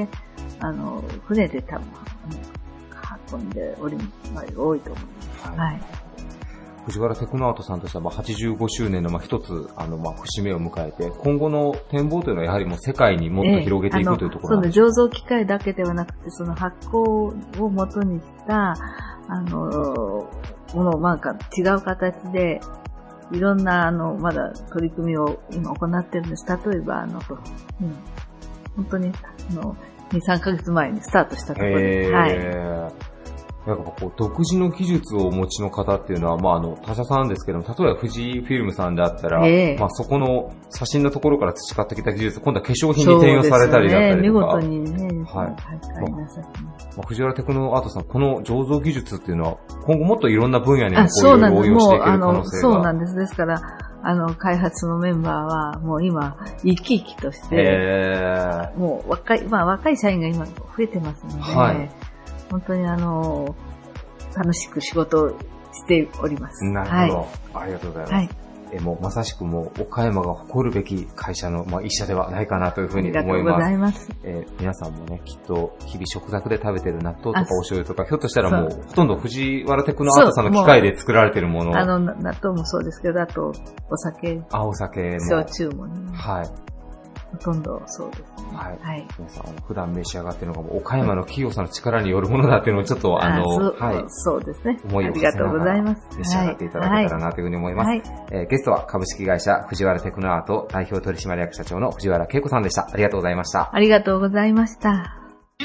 あの、船で多分運んでおり、まあ、多いと思います。はい。はい、 藤原テクノアートさんとしては、まあ、はちじゅうごしゅうねんの、まあ、一つ、あの、まあ、節目を迎えて、今後の展望というのはやはりもう世界にもっと広げていく、えー、というところなんですか？ その醸造機械だけではなくて、その発酵を元にした、あの、ものを、なんか違う形で、いろんな、あの、まだ取り組みを今行ってるんです。例えば、あの、うん、本当に、あの、に、さんかげつまえにスタートしたところです。はい。 なんかこう、独自の技術をお持ちの方っていうのは、まあ、あの、他社さんですけども、例えば富士フィルムさんであったら、えー、まあ、そこの写真のところから培ってきた技術、今度は化粧品に転用されたりだったりとか。 そうですね、見事にね、はい。はい、 まあ、藤原テクノアートさん、この醸造技術っていうのは、今後もっといろんな分野にもこういろいろ応用していける可能性が。 そうなんです。ですから、あの、開発のメンバーは、もう今、生き生きとして、えー、もう若い、まあ若い社員が今増えてますので、はい、本当にあの、楽しく仕事をしております。 なるほど。はい、ありがとうございます。はい、えもうまさしくもう岡山が誇るべき会社の、まあ、一社ではないかなというふうに思います。ありがとうございます。えー、皆さんもね、きっと日々食卓で食べてる納豆とかお醤油とか、ひょっとしたらもうほとんど藤原テクノアートさんの機械で作られてるもの。 あの、納豆もそうですけど、あとお酒。 あ、お酒も。 焼酎もね。 はい。 ほとんどそうですね。 はい。はい、皆さん、普段召し上がっているのが、岡山の企業さんの力によるものだっていうのをちょっと、あの、 はい。そうですね。 思いをありがとうございます。 召し上がっていただけたらなというふうに思います。はい。えー、ゲストは株式会社藤原テクノアート代表取締役社長の藤原恵子さんでした。ありがとうございました。 ありがとうございました。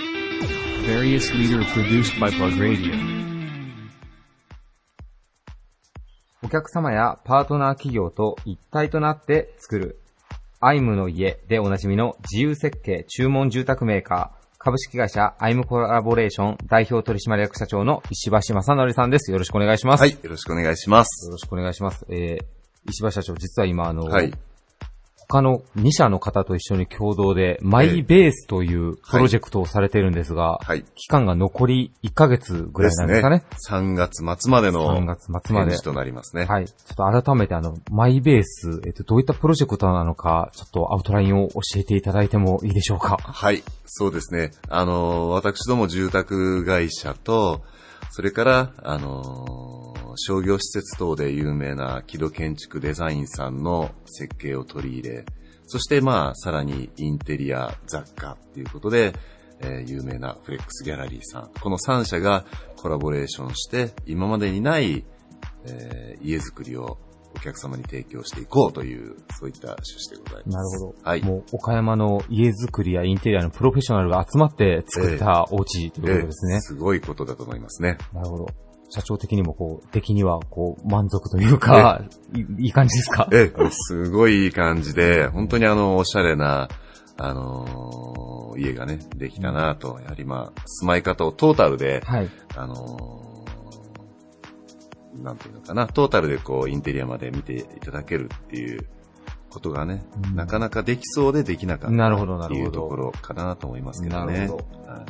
お客様やパートナー企業と一体となって作るアイムの家でおなじみの自由設計注文住宅メーカー株式会社アイムコラボレーション代表取締役社長の石橋正則さんです。よろしくお願いします。 はい、よろしくお願いします。 よろしくお願いします。えー、石橋社長、実は今あの、はい、他のに社の方と一緒に共同でマイベースというプロジェクトをされているんですが、はい、期間が残りいっかげつぐらいなんですかね。 ですね。さんがつまつまでのさんがつまつまでとなりますね。 はい。ちょっと改めてあの、マイベース、えっと、どういったプロジェクトなのか、ちょっとアウトラインを教えていただいてもいいでしょうか。 はい。そうですね。あの、私ども住宅会社と、それから、あの、商業施設等で有名な木戸建築デザインさんの設計を取り入れ、 そしてまあ、さらにインテリア雑貨っていうことで、えー、有名なフレックスギャラリーさん。このさん社がコラボレーションして、今までにない、えー、家づくりをお客様に提供していこうという、そういった趣旨でございます。 なるほど。 はい。 もう、岡山の家づくりやインテリアのプロフェッショナルが集まって作ったお家ということですね。 えーえー、すごいことだと思いますね。 なるほど。社長的にもこう、出来にはこう、満足というか、いいい感じですか？ えー、すごいいい感じで、本当にあの、おしゃれな、あのー、家がね、できたなと、やはりまあ、住まい方をトータルで、はい、あのー、なんていうのかな、トータルでこう、インテリアまで見ていただけるっていうことがね、うん、なかなかできそうでできなかったっていうところかなと思いますけどね。なるほど。 はい、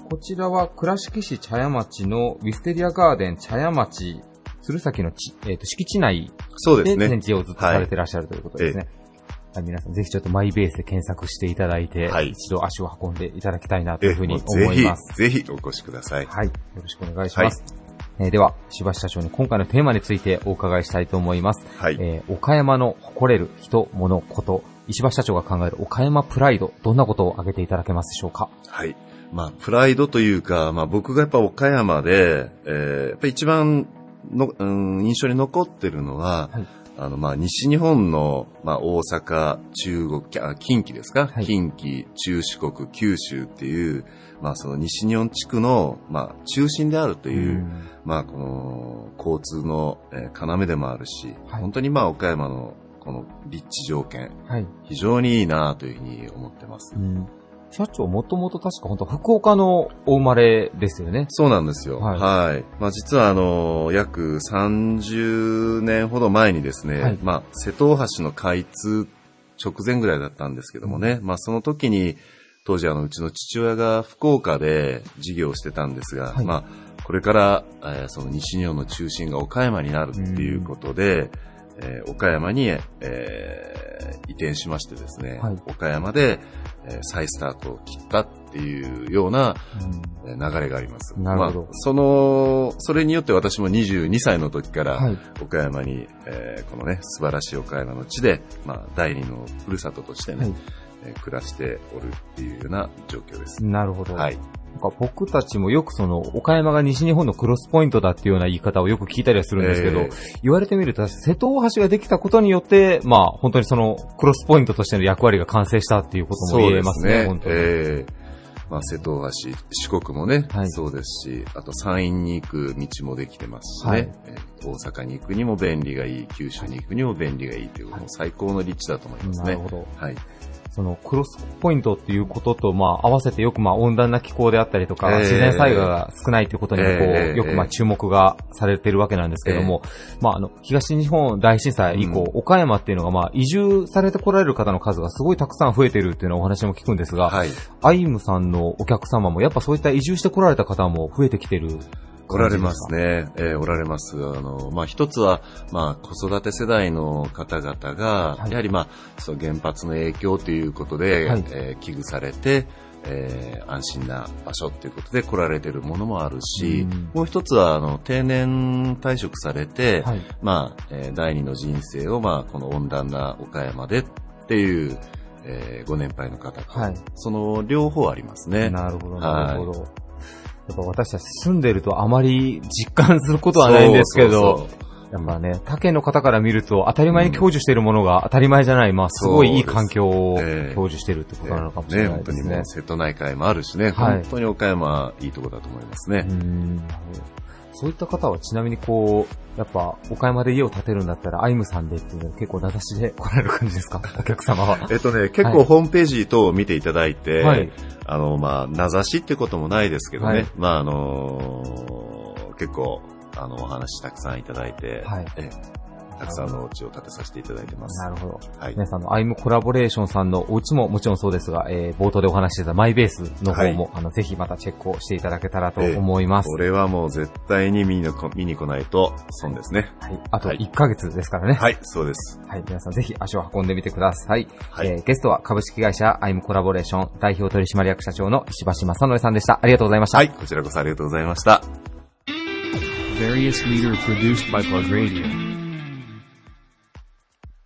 こちらは倉敷市茶屋町のウィステリアガーデン茶屋町鶴崎のち、えー、と敷地内で展示をずっとされてらっしゃるということですね。はい、皆さんぜひちょっとマイベースで検索していただいて、はい、一度足を運んでいただきたいなというふうに思います。 ぜひ、ぜひお越しください。 はい。よろしくお願いします。はい、えー、では、石橋社長に今回のテーマについてお伺いしたいと思います。はい。えー、岡山の誇れる人、物、こと、石橋社長が考える岡山プライド、どんなことを挙げていただけますでしょうか？ はい。まあ、プライドというか、まあ僕がやっぱ岡山で、えー、やっぱ一番の、うん、印象に残ってるのは、はい、あの、まあ、西日本の、まあ、大阪、中国、近畿ですか、はい、近畿、中四国、九州っていう、まあ、その西日本地区の、まあ、中心であるという、うまあ、この、交通の、えー、要でもあるし、はい、本当にまあ、岡山の、この立地条件、はい、非常にいいなというふうに思ってます。うん、 社長、もともと確か本当福岡のお生まれですよね。 そうなんですよ。はい。はい、まあ実はあの、約さんじゅうねんほど前にですね、はい、まあ瀬戸大橋の開通直前ぐらいだったんですけどもね、うん、まあその時に当時あのうちの父親が福岡で事業をしてたんですが、はい、まあこれから、えー、その西日本の中心が岡山になるっていうことで、うんえー、岡山に、えー、移転しましてですね、はい、岡山で、えー、再スタートを切ったっていうような、うん、流れがあります。 なるほど。 まあ、その、それによって私もにじゅうにさいの時から岡山に、はい、えー、このね、素晴らしい岡山の地で、まあ、第二のふるさととしてね、はいえー、暮らしておるっていうような状況です。 なるほど。 はい。 なんか僕たちもよくその岡山が西日本のクロスポイントだっていうような言い方をよく聞いたりはするんですけど、えー、言われてみると瀬戸大橋ができたことによってまあ本当にそのクロスポイントとしての役割が完成したっていうことも言えますね。そうですね。本当に。えーまあ、瀬戸大橋、四国もね、はい、そうですし、あと山陰に行く道もできてますしね、はいえー、大阪に行くにも便利がいい、九州に行くにも便利がいいという、はい、もう最高の立地だと思いますね。 なるほど。はい。そのクロスポイントっていうことと、まあ、合わせてよくまあ温暖な気候であったりとか、えー、自然災害が少ないということにこう、えー、よくまあ注目がされているわけなんですけども、えー、まああの東日本大震災以降、うん、岡山っていうのがまあ移住されてこられる方の数がすごいたくさん増えているっていうのをお話も聞くんですが、はい、アイムさんのお客様もやっぱそういった移住してこられた方も増えてきている。 おられますね。えー、おられます。あの、まあ、一つは、まあ、子育て世代の方々が、はい、やはりまあ、そう原発の影響ということで、はいえー、危惧されて、えー、安心な場所ということで来られているものもあるし、うん、もう一つは、あの、定年退職されて、はい、まあ、えー、第二の人生を、まあ、この温暖な岡山でっていう、えー、ご年配の方と、はい、その両方ありますね。 なるほど、なるほど。はいやっぱ私たち住んでるとあまり実感することはないんですけど、そうそうそうやっぱね、他県の方から見ると当たり前に享受しているものが当たり前じゃない、まあすごいいい環境を享受しているってことなのかもしれないですね。 ね、本当にもう瀬戸内海もあるしね、はい、本当に岡山はいいところだと思いますね。うんそういった方はちなみにこう、やっぱ岡山で家を建てるんだったらアイムさんでっていうのは結構名指しで来られる感じですかお客様は。 えっとね、結構ホームページ等を見ていただいて、はい、あの、まあ、名指しってこともないですけどね、はい、まあ、あのー、結構、あの、お話たくさんいただいて、はい、えたくさんのお家を建てさせていただいてます。 なるほど。はい、皆さんのアイムコラボレーションさんのお家ももちろんそうですが、えー、冒頭でお話してたマイベースの方も、はい、あのぜひまたチェックをしていただけたらと思います。 これはもう絶対に見に見に来ないと損ですね。 はい。あといっかげつですからね。 はい、そうです。 はい。皆さんぜひ足を運んでみてください。はい。えー、ゲストは株式会社アイムコラボレーション代表取締役社長の石橋正則さんでした。ありがとうございました。 はい。こちらこそありがとうございました。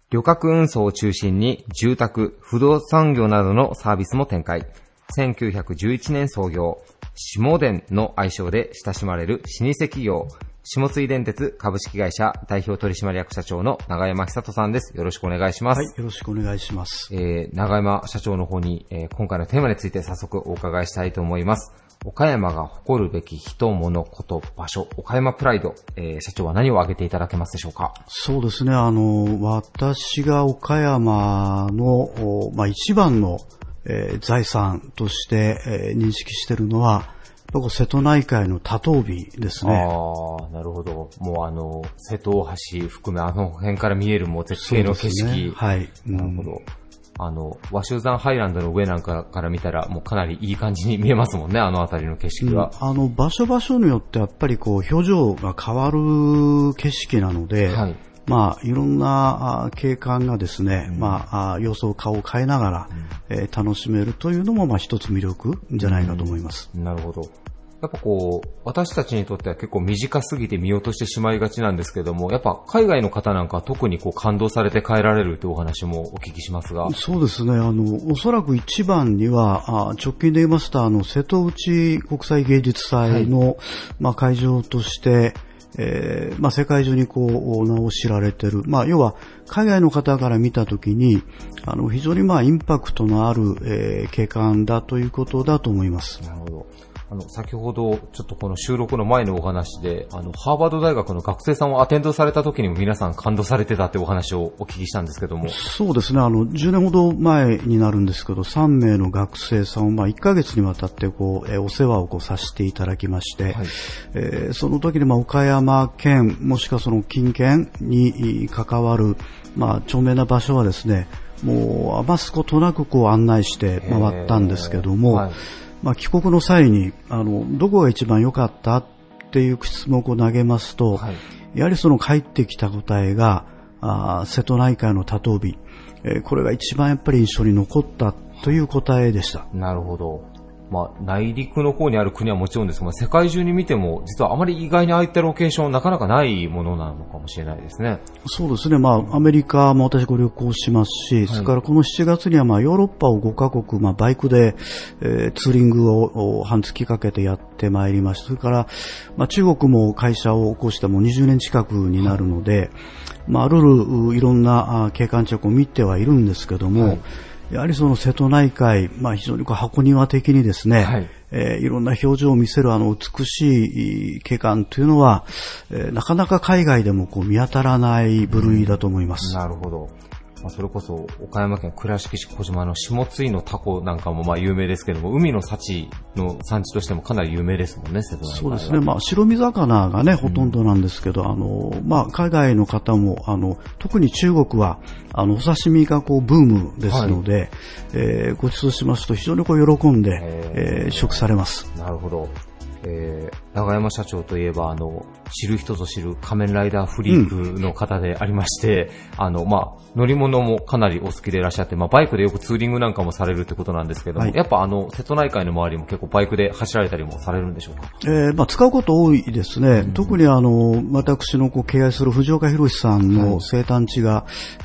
旅客運送を中心に住宅、不動産業などのサービスも展開。せんきゅうひゃくじゅういちねん創業、下電の愛称で親しまれる老舗企業、下津井電鉄株式会社代表取締役社長の永山久人さんです。よろしくお願いします。 はい、よろしくお願いします。 えー、永山社長の方に、えー、今回のテーマについて早速お伺いしたいと思います。岡山が誇るべき人、物、こと、場所、岡山プライド、えー、社長は何を挙げていただけますでしょうか。 そうですね、あの、私が岡山の、まあ、一番の、えー、財産として、えー、認識しているのは、瀬戸内海の多島美ですね。 ああ、なるほど。もうあの、瀬戸大橋含めあの辺から見えるもう絶景の景色。 ね、はい。 なるほど。あの、和州山ハイランドの上なんかから見たらもうかなりいい感じに見えますもんね、あの辺りの景色は。 うん、あの、場所場所によってやっぱりこう、表情が変わる景色なので、はい。まあ、いろんな景観がですね、うん、まあ、様子を顔を変えながら、うんえー、楽しめるというのも、まあ、一つ魅力じゃないかと思います。 うん、なるほど。やっぱこう、私たちにとっては結構短すぎて見落としてしまいがちなんですけども、やっぱ海外の方なんか特にこう感動されて帰られるというお話もお聞きしますが。 そうですね。あの、おそらく一番には、あ直近で言いますと、あの、瀬戸内国際芸術祭の、はい、まあ、会場として、えー、まあ、世界中にこう、名を知られている。まあ、要は、海外の方から見たときに、あの、非常にまあ、インパクトのある、えー、景観だということだと思います。 なるほど。あの、先ほど、ちょっとこの収録の前のお話で、あの、ハーバード大学の学生さんをアテンドされた時にも皆さん感動されてたってお話をお聞きしたんですけども。 そうですね。あの、じゅうねんほど前になるんですけど、さんめいの学生さんを、まあ、いっかげつにわたって、こう、えー、お世話をこうさせていただきまして、はい、えー、その時に、まあ、岡山県、もしくはその近県に関わる、まあ、著名な場所はですね、もう、余すことなくこう案内して回ったんですけども、はい、まあ、帰国の際に、あの、どこが一番良かったっていう質問を投げますと、はい、やはりその返ってきた答えが、あ瀬戸内海の多島美、えー、これが一番やっぱり印象に残ったという答えでした。 なるほど。まあ、内陸の方にある国はもちろんですが、世界中に見ても、実はあまり意外にああいったロケーションなかなかないものなのかもしれないですね。 そうですね。まあ、アメリカも私ご旅行しますし、はい、それからこのしちがつにはまあ、ヨーロッパをごカ国、まあ、バイクで、えー、ツーリングを半月かけてやってまいりました。それから、まあ、中国も会社を起こしてもにじゅうねん近くになるので、はい、まあ、あるいろんな景観地を見てはいるんですけども、はい、やはりその瀬戸内海、まあ非常にこう箱庭的にですね、はい、えー、いろんな表情を見せるあの美しい景観というのは、えー、なかなか海外でもこう見当たらない部類だと思います。 うん、なるほど。まあ、それこそ岡山県倉敷市小島の下津井のタコなんかもまあ有名ですけども、海の幸の産地としてもかなり有名ですもんね、瀬戸内海は。 そうですね。まあ白身魚がね、ほとんどなんですけど、うん、あの、まあ海外の方も、あの、特に中国は、あの、お刺身がこうブームですので、はい、えー、ご馳走しますと非常にこう喜んで、えー、食されます。 なるほど。えー、永山社長といえば、あの、知る人ぞ知る仮面ライダーフリークの方でありまして、うん、あの、まあ、乗り物もかなりお好きでいらっしゃって、まあ、バイクでよくツーリングなんかもされるってことなんですけども、はい、やっぱあの、瀬戸内海の周りも結構バイクで走られたりもされるんでしょうか？ えー、まあ、使うこと多いですね。うん、特にあの、私のこう敬愛する藤岡弘さんの生誕地が、はい、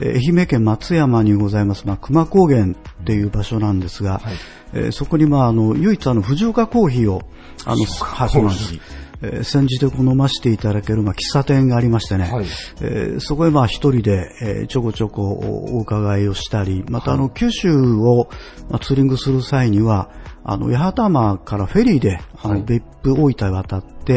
愛媛県松山にございます、まあ、熊高原っていう場所なんですが、はい、えー、そこにまあ、あの、唯一あの、藤岡コーヒーを、あの、はい、そうなんです。えー、煎じてこう飲ませていただける、まあ、喫茶店がありましてね、はい、えー、そこへまあ一人で、えー、ちょこちょこお伺いをしたり、またあの、九州を、まあ、ツーリングする際には、あの、八幡浜からフェリーで、あの、別府大分へ渡って、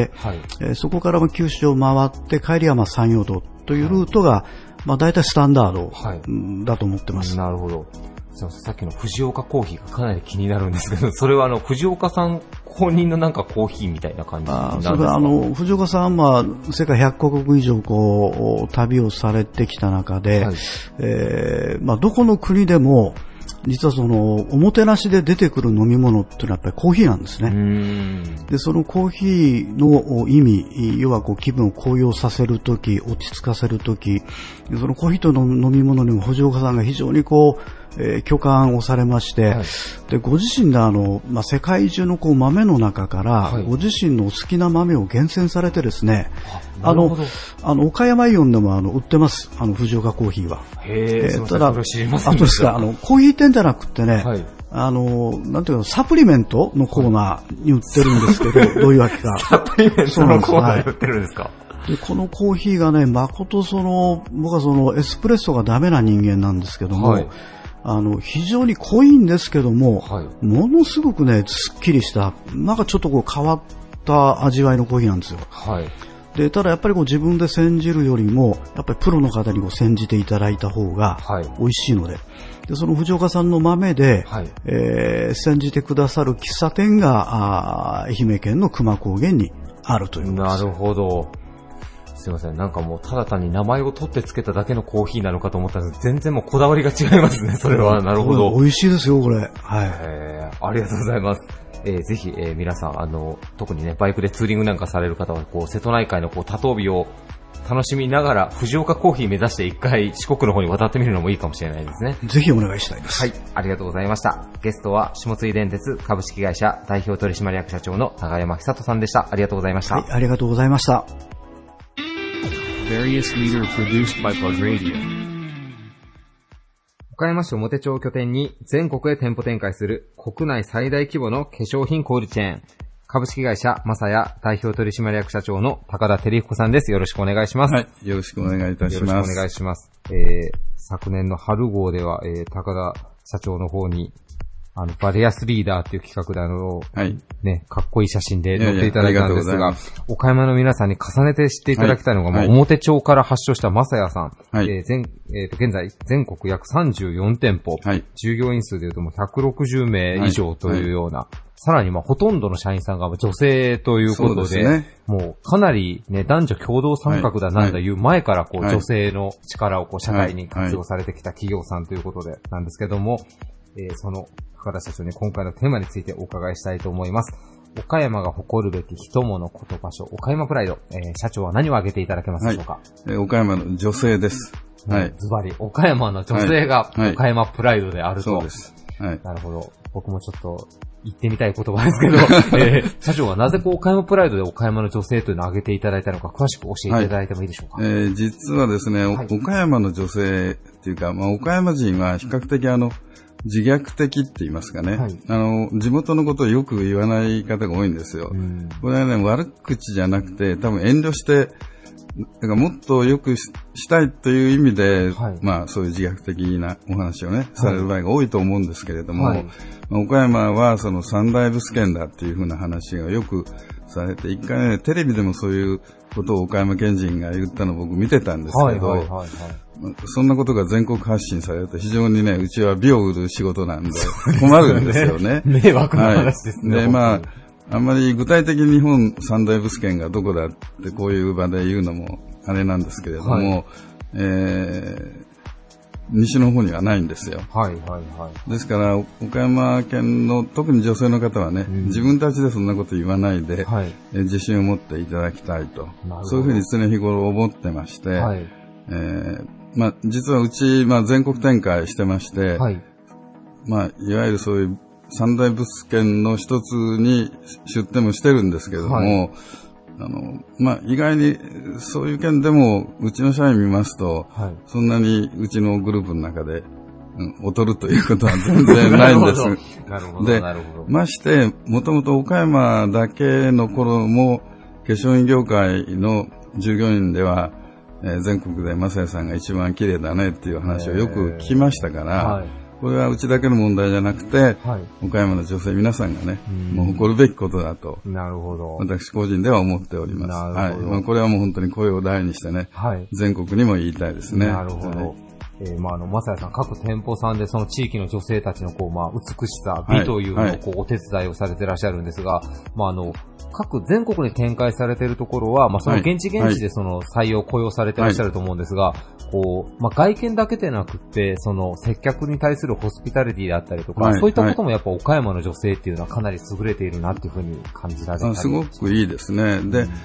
はい、えー、そこから九州を回って帰りはまあ山陽道というルートが、はい、まあ大体スタンダードだと思ってます。 はい、なるほど。さっきの藤岡コーヒーがかなり気になるんですけど、それはあの、藤岡さん公認のなんかコーヒーみたいな感じなんですか？ それはあの、藤岡さんは世界ひゃっカ国以上こう、旅をされてきた中で、はい、えー、まあどこの国でも、実はその、おもてなしで出てくる飲み物っていうのはやっぱりコーヒーなんですね。うーん、で、そのコーヒーの意味、要はこう気分を高揚させるとき、落ち着かせるとき、そのコーヒーとの飲み物にも藤岡さんが非常にこう、 えー、巨漢をされまして、はい、でご自身であの、まあ、世界中のこう豆の中から、はい、ご自身のお好きな豆を厳選されてですね、あの、あの岡山イオンでもあの売ってます、あの藤岡コーヒーは。 へー、えー、ただ、それ知りませんでした。 あとですか、あのコーヒー店じゃなくてね、はい、あのなんていうのサプリメントのコーナーに売ってるんですけど、どういうわけか。 サプリメントのコーナーに売ってるんですか。 でこのコーヒーがね、誠その僕はそのエスプレッソがダメな人間なんですけども。はい、あの非常に濃いんですけども、はい、ものすごくねすっきりしたなんかちょっとこう変わった味わいのコーヒーなんですよ。はい、でただやっぱりこう自分で煎じるよりもやっぱりプロの方にこう煎じていただいた方が美味しいので、はい、でその藤岡さんの豆で、はい、えー、煎じてくださる喫茶店が愛媛県の久万高原にあるということです。 なるほど。すいません。なんかもうただ単に名前を取ってつけただけのコーヒーなのかと思ったんですけど、全然もうこだわりが違いますね、それは。なるほど。 美味しいですよ、これ。はい。 えー、ありがとうございます。えー、ぜひ、えー、皆さん、あの、特にね、バイクでツーリングなんかされる方は、こう、瀬戸内海のこう、多島美を楽しみながら、藤岡コーヒー目指して一回四国の方に渡ってみるのもいいかもしれないですね。 ぜひお願いしたいです。 はい。ありがとうございました。ゲストは、下津井電鉄株式会社代表取締役社長の長山久人さんでした。ありがとうございました。 はい、ありがとうございました。 岡山市表町を拠点に全国へ店舗展開する国内最大規模の化粧品小売チェーン株式会社マサヤ代表取締役社長の高田照彦さんです。よろしくお願いします。 はい、よろしくお願いいたします。 よろしくお願いします。えー、昨年の春号では、えー、高田社長の方にあの、バリアスリーダーっていう企画であの、はい。ね、かっこいい写真で載っていただいたんですが、いやいや岡山の皆さんに重ねて知っていただきたいのが、はい、もう表町から発祥したマサヤさん。はい。えー、全、えっと、現在、全国約さんじゅうよん店舗。はい。従業員数でいうともうひゃくろくじゅうめい以上というような、はいはい、さらにまあ、ほとんどの社員さんが女性ということで、ね、もうかなりね、男女共同参画だなんだいう前からこう、はい、女性の力をこう、社会に活用されてきた企業さんということで、なんですけども、えー、その、高田社長に今回のテーマについてお伺いしたいと思います。岡山が誇るべき人物こと場所、岡山プライド、えー、社長は何を挙げていただけますでしょうか。はい、 えー、岡山の女性です。 はい。ズバリ、岡山の女性が岡山プライドであると。 はいはい、そうです。はい。 なるほど。僕もちょっと言ってみたい言葉ですけど、えー、社長はなぜこう岡山プライドで岡山の女性というのを挙げていただいたのか、詳しく教えていただいてもいいでしょうか。 はい、えー、実はですね、はい、岡山の女性っていうか、まあ、岡山人は比較的あの、自虐的って言いますかね、はい、あの地元のことをよく言わない方が多いんですよ。これはね、悪口じゃなくて多分遠慮してだからもっとよく し, したいという意味で、はい、まあそういう自虐的なお話をね、はい、される場合が多いと思うんですけれども、はい、まあ、岡山はその三大ブス県だっていうふうな話がよくされて、一回ねテレビでもそういうことを岡山県人が言ったのを僕見てたんですけど、はいはいはいはい、そんなことが全国発信されると非常にね、うちは美を売る仕事なんで困るんですよね。 迷惑な話ですね。 はい、で、まあ、あんまり具体的に日本三大ブス県がどこだってこういう場で言うのもあれなんですけれども、はい、えー、西の方にはないんですよ。はいはいはい。ですから岡山県の特に女性の方はね、うん、自分たちでそんなこと言わないで、はい、え自信を持っていただきたいと、そういうふうに常日頃思ってまして、はい、えーまあ、実はうち、まあ、全国展開してまして、はい、まあ、いわゆるそういう三大物件の一つに出店もしてるんですけれども、はい、あの、まあ、意外にそういう件でもうちの社員見ますと、はい、そんなにうちのグループの中で、うん、劣るということは全然ないんです。 なるほど。 で、 なるほど。 まして、もともと岡山だけの頃も化粧品業界の従業員では、えー、全国でマサヤさんが一番綺麗だねっていう話をよく聞きましたから、はい、これはうちだけの問題じゃなくて、はい、岡山の女性皆さんがね、もう誇るべきことだと、 なるほど、 私個人では思っております。なるほど。はい。まあ、これはもう本当に声を大にしてね、はい、全国にも言いたいですね。 なるほど。はい、えー、まあ、あの、まさやさん、各店舗さんでその地域の女性たちのこう、まあ、美しさ、美というのをこう、お手伝いをされていらっしゃるんですが、まあ、あの、各全国に展開されているところは、まあ、その現地現地でその採用雇用されていらっしゃると思うんですが、こう、まあ、外見だけでなくて、その接客に対するホスピタリティだったりとか、そういったこともやっぱ岡山の女性っていうのはかなり優れているなっていうふうに感じられたり。 すごくいいですね。で、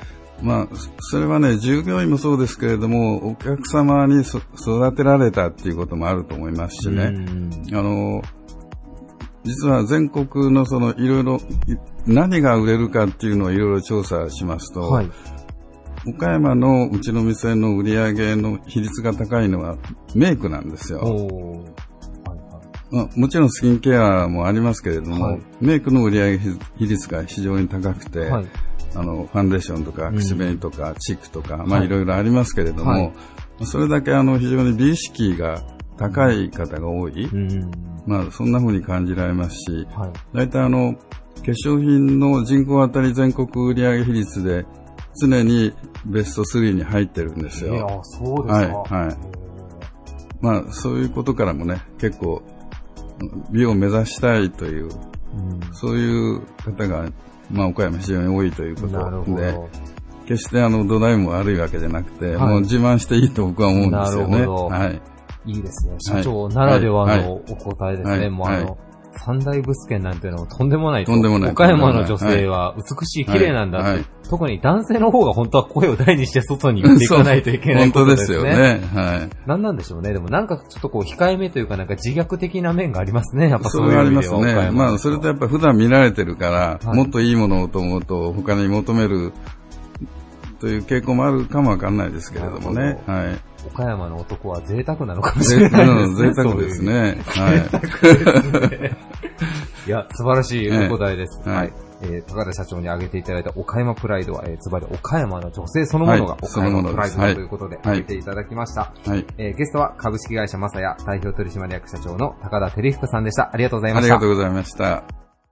まあ、それはね、従業員もそうですけれども、お客様に育てられたっていうこともあると思いますしね。あの、実は全国のそのいろいろ、何が売れるかっていうのをいろいろ調査しますと、はい、岡山のうちの店の売り上げの比率が高いのはメイクなんですよ。はいはいまあ、もちろんスキンケアもありますけれども、はい、メイクの売り上げ比率が非常に高くて、はいあの、ファンデーションとか、口紅とか、チークとか、まあいろいろありますけれども、はい、それだけあの、非常に美意識が高い方が多い。うん、まあそんな風に感じられますし、はい、大体あの、化粧品の人口当たり全国売上比率で、常にベストスリーに入ってるんですよ。 いや、そうですか。 はい、はい。まあそういうことからもね、結構、美を目指したいという、うん、そういう方が、まあ、岡山非常に多いということで、決してあの土台も悪いわけじゃなくて、はい、もう自慢していいと僕は思うんですよね。 なるほど。はい。いいですね。社長ならではのお答えですね。はいはい、もうあの、はい、三大物件なんていうのもとんでもないと。 とんでもない。 岡山の女性は美しい、綺麗なんだって、はいはい、特に男性の方が本当は声を大にして外に言っていかないといけないことですね。 本当ですよね。はい。 何なんでしょうね。でもなんかちょっとこう控えめというかなんか自虐的な面がありますね。やっぱそういう意味では。 そうありますね。まあそれとやっぱ普段見られてるから、はい、もっといいものをと思うと他に求めるという傾向もあるかもわかんないですけれどもね。はい。 岡山の男は贅沢なのかもしれないですね。 贅沢ですね。はい。 贅沢ですね。いや、素晴らしいお答えです。はい。はい、えー、高田社長に挙げていただいた岡山プライドは、えー、つまり岡山の女性そのものが岡山プライドだということで挙げていただきました。はい。えー、ゲストは株式会社マサヤ代表取締役社長の高田照彦さんでした。ありがとうございました。 ありがとうございました。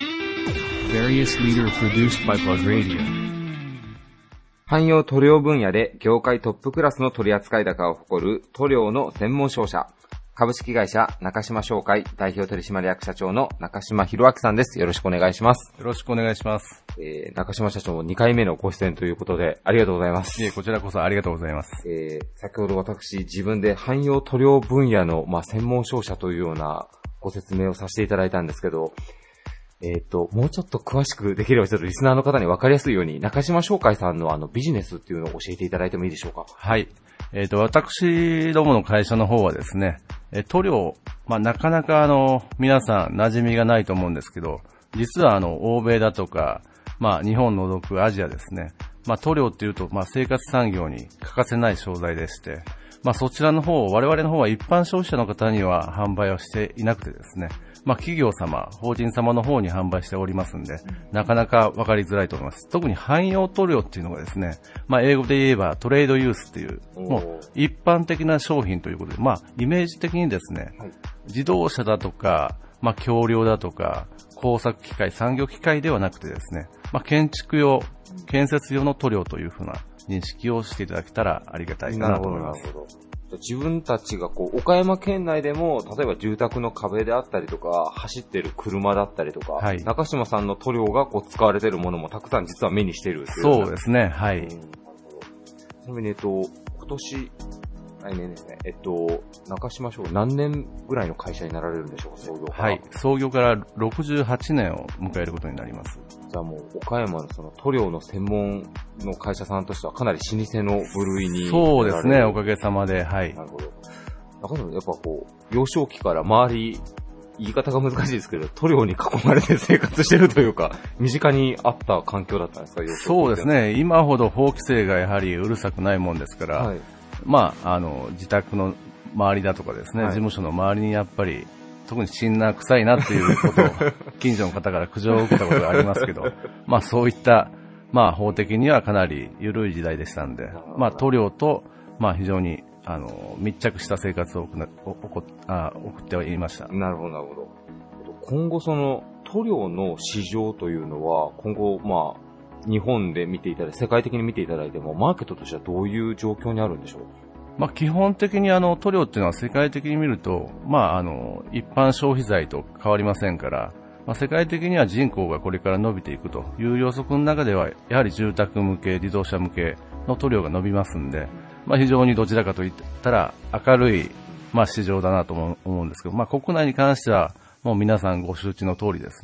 汎用塗料分野で業界トップクラスの取扱高を誇る塗料の専門商社、株式会社中島商会代表取締役社長の中島博明さんです。よろしくお願いします。 よろしくお願いします。 えー、中島社長もにかいめのご出演ということでありがとうございます。 いえ、こちらこそありがとうございます。 えー、先ほど私自分で汎用塗料分野の、まあ、専門商社というようなご説明をさせていただいたんですけど、えっと、もうちょっと詳しくできればちょっとリスナーの方に分かりやすいように中島商会さんのあのビジネスっていうのを教えていただいてもいいでしょうか。 はい。えっと、私どもの会社の方はですね、え塗料、まあ、なかなかあの、皆さん馴染みがないと思うんですけど、実はあの、欧米だとか、まあ、日本を除くアジアですね、まあ、塗料っていうと、まあ、生活産業に欠かせない商材でして、まあ、そちらの方、我々の方は一般消費者の方には販売をしていなくてですね、まあ、企業様、法人様の方に販売しておりますんで、なかなか分かりづらいと思います。特に汎用塗料っていうのがですね、まあ、英語で言えばトレードユースっていう、もう一般的な商品ということで、まあ、イメージ的にですね、自動車だとか、まあ、橋梁だとか、工作機械、産業機械ではなくてですね、まあ、建築用、建設用の塗料というふうな認識をしていただけたらありがたいかなと思います。なるほど。 自分たちがこう岡山県内でも例えば住宅の壁であったりとか走ってる車だったりとか、はい、中島さんの塗料がこう使われているものもたくさん実は目にしている。 そうですね。はい。うん、ちなみにえっと今年来年ですね。えっと中島商何年ぐらいの会社になられるんでしょうか、創業から。 はい。創業からろくじゅうはちねんを迎えることになります。 じゃあもう岡山のその塗料の専門の会社さんとしてはかなり老舗の部類に。 そうですね、おかげさまで、はい。なるほど。 中島さんやっぱこう、幼少期から周り、言い方が難しいですけど、塗料に囲まれて生活してるというか、身近にあった環境だったんですか、幼少期。 そうですね、今ほど法規制がやはりうるさくないもんですから、はい、まあ、あの、自宅の周りだとかですね、はい、事務所の周りにやっぱり、特に死んな臭いなっていうことを近所の方から苦情を受けたことがありますけど、まあそういったまあ法的にはかなり緩い時代でしたんで、まあ塗料とまあ非常にあの密着した生活を送ってはいました。 なるほどなるほど。今後その塗料の市場というのは今後まあ日本で見ていただいて世界的に見ていただいてもマーケットとしてはどういう状況にあるんでしょう。 まあ、基本的にあの塗料っていうのは世界的に見ると、まあ、あの一般消費財と変わりませんから、まあ、世界的には人口がこれから伸びていくという予測の中ではやはり住宅向け、自動車向けの塗料が伸びますんで、まあ、非常にどちらかといったら明るい、まあ、市場だなと思うんですけど、まあ、国内に関してはもう皆さんご周知の通りですね、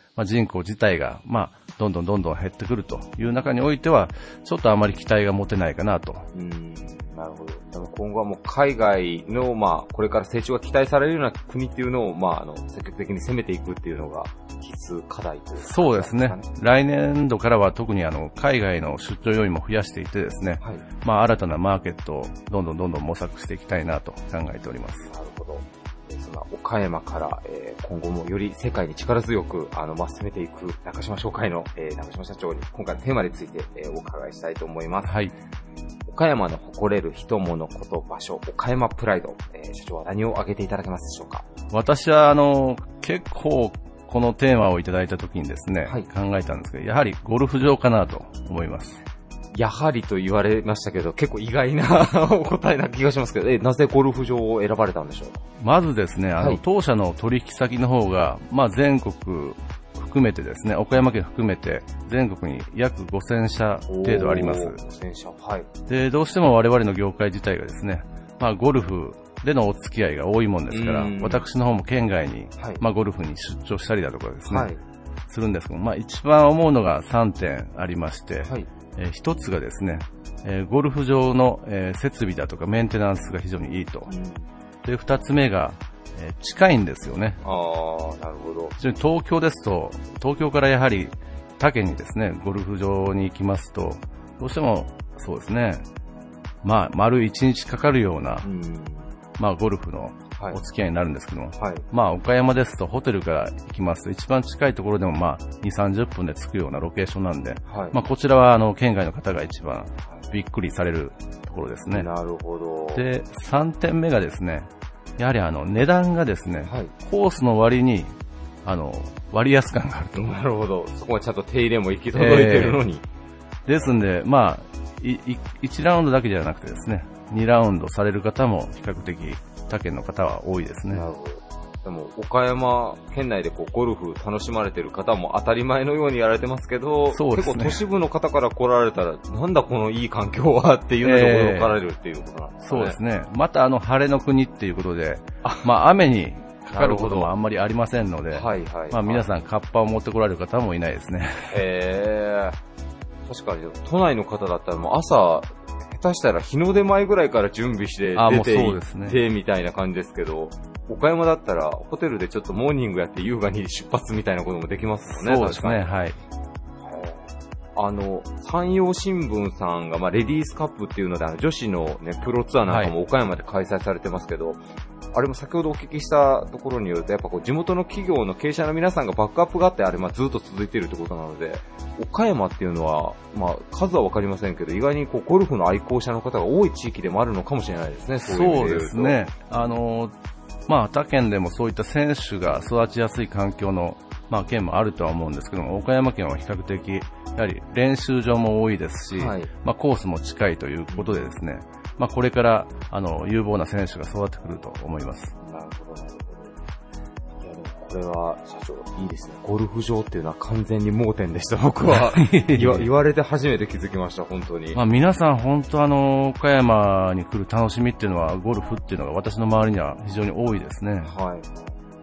まあ、人口自体が、まあ、どんどんどんどん減ってくるという中においては、ちょっとあまり期待が持てないかなと。 うん、なるほど。でも今後はもう海外の、まあ、これから成長が期待されるような国っていうのを、まあ、あの、積極的に攻めていくっていうのが必須課題というか、ね。 そうですね。来年度からは特にあの、海外の出張要員も増やしていてですね、はい、まあ、新たなマーケットをどんどんどんどん模索していきたいなと考えております。 なるほど。そんな岡山から、えー、今後もより世界に力強く、あの、まあ、攻めていく中島商会の、えー、中島社長に今回のテーマについて、えー、お伺いしたいと思います。 はい。 岡山の誇れる人物こと場所、岡山プライド、えー、社長は何を挙げていただけますでしょうか？ 私は、あの、結構、このテーマをいただいたときにですね、はい、考えたんですけど、やはりゴルフ場かなと思います。 やはりと言われましたけど、結構意外なお答えな気がしますけど、え、なぜゴルフ場を選ばれたんでしょう？ まずですね、あの、はい、当社の取引先の方が、まあ全国含めてですね、岡山県含めて全国に約ごせんしゃ程度あります。 ごせんしゃ、はい。 で、どうしても我々の業界自体がですね、まあゴルフでのお付き合いが多いもんですから、私の方も県外に、はい、まあゴルフに出張したりだとかですね、はい、するんですけど、まあ一番思うのがさんてんありまして、はい、えー、一つがですね、えー、ゴルフ場の、えー、設備だとかメンテナンスが非常にいいと。で、二つ目が、えー、近いんですよね。 ああ、なるほど。 非常に東京ですと、東京からやはり他県にですね、ゴルフ場に行きますと、どうしてもそうですね、まあ、丸一日かかるような、うん、まあ、ゴルフのお付き合いになるんですけども、はい、まあ、岡山ですとホテルから行きますと、一番近いところでもまあ、に、さんじゅっぷんで着くようなロケーションなんで、はい、まあ、こちらはあの、県外の方が一番びっくりされるところですね。 なるほど。 で、さんてんめがですね、やはりあの、値段がですね、はい、コースの割に、あの、割安感があると。 なるほど。そこはちゃんと手入れも行き届いてるのに。 えー、ですんで、まあ、い、い、いちラウンドだけじゃなくてですね、にラウンドされる方も比較的他県の方は多いですね。 なるほど。でも岡山県内でこうゴルフ楽しまれてる方も当たり前のようにやられてますけど、そうですね、結構都市部の方から来られたらなんだこのいい環境はっていうので驚かれるっていうことなんですね。 そうですね。またあの晴れの国っていうことで、まあ雨にかかることもあんまりありませんので、はいはいはい、まあ皆さんカッパを持ってこられる方もいないですね。 へー。確かに都内の方だったらもう朝下手したら日の出前ぐらいから準備して出て行ってみたいな感じですけど、岡山だったらホテルでちょっとモーニングやって優雅に出発みたいなこともできますよね。 そうですね、はい。 あの、山陽新聞さんが、まあ、レディースカップっていうので、あの女子のね、プロツアーなんかも岡山で開催されてますけど、はい、あれも先ほどお聞きしたところによると、やっぱこう地元の企業の経営者の皆さんがバックアップがあって、あれまあずっと続いているってことなので、岡山っていうのは、まあ数はわかりませんけど、意外にこうゴルフの愛好者の方が多い地域でもあるのかもしれないですね。 そういう意味で言うと。そうですね。あの、まあ他県でもそういった選手が育ちやすい環境の、まあ県もあるとは思うんですけども、岡山県は比較的、やはり練習場も多いですし、はい、まあコースも近いということでですね、まあこれから、あの、有望な選手が育ってくると思います。 なるほど、なるほど。いやでもこれは、社長、いいですね。ゴルフ場っていうのは完全に盲点でした、僕は。言わ、言われて初めて気づきました、本当に。 まあ皆さん本当あの、岡山に来る楽しみっていうのは、ゴルフっていうのが私の周りには非常に多いですね。 はい。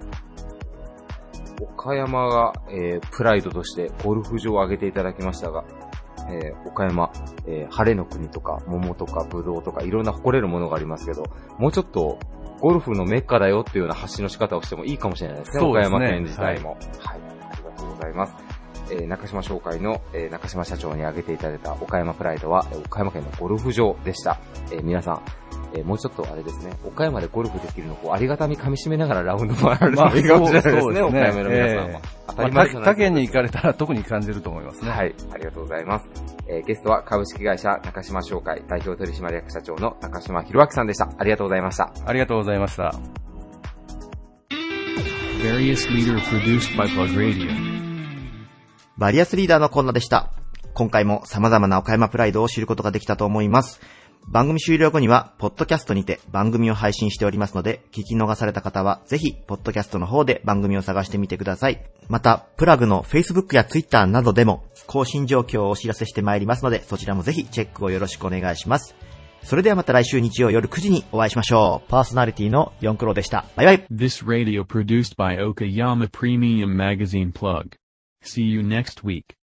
岡山が、えー、プライドとしてゴルフ場を挙げていただきましたが、えー、岡山、えー、晴れの国とか桃とかブドウとかいろんな誇れるものがありますけど、もうちょっとゴルフのメッカだよっていうような発信の仕方をしてもいいかもしれないですね。そうですね。岡山県自体も、はい。はい。ありがとうございます。えー、中島商会の、えー、中島社長に挙げていただいた岡山プライドは、岡山県のゴルフ場でした。えー、皆さん、えー、もうちょっとあれですね、岡山でゴルフできるのをありがたみ噛み締めながらラウンド回られるといいかもしれないですね、まあ、そうですね、岡山の皆さんは。えー、当たり前じゃないですか。 他県に行かれたら特に感じると思いますね。 はい、ありがとうございます。えー、ゲストは株式会社中島商会代表取締役社長の中島博明さんでした。ありがとうございました。 ありがとうございました。 バリアスリーダーのコーナーでした。今回も様々な岡山プライドを知ることができたと思います。番組終了後には、ポッドキャストにて番組を配信しておりますので、聞き逃された方は、ぜひ、ポッドキャストの方で番組を探してみてください。また、プラグの Facebook や Twitter などでも、更新状況をお知らせしてまいりますので、そちらもぜひチェックをよろしくお願いします。それではまた来週日曜夜くじにお会いしましょう。パーソナリティのヨンクロでした。バイバイ。 This radio produced by Okayama Premium Magazine Plug. See you next week.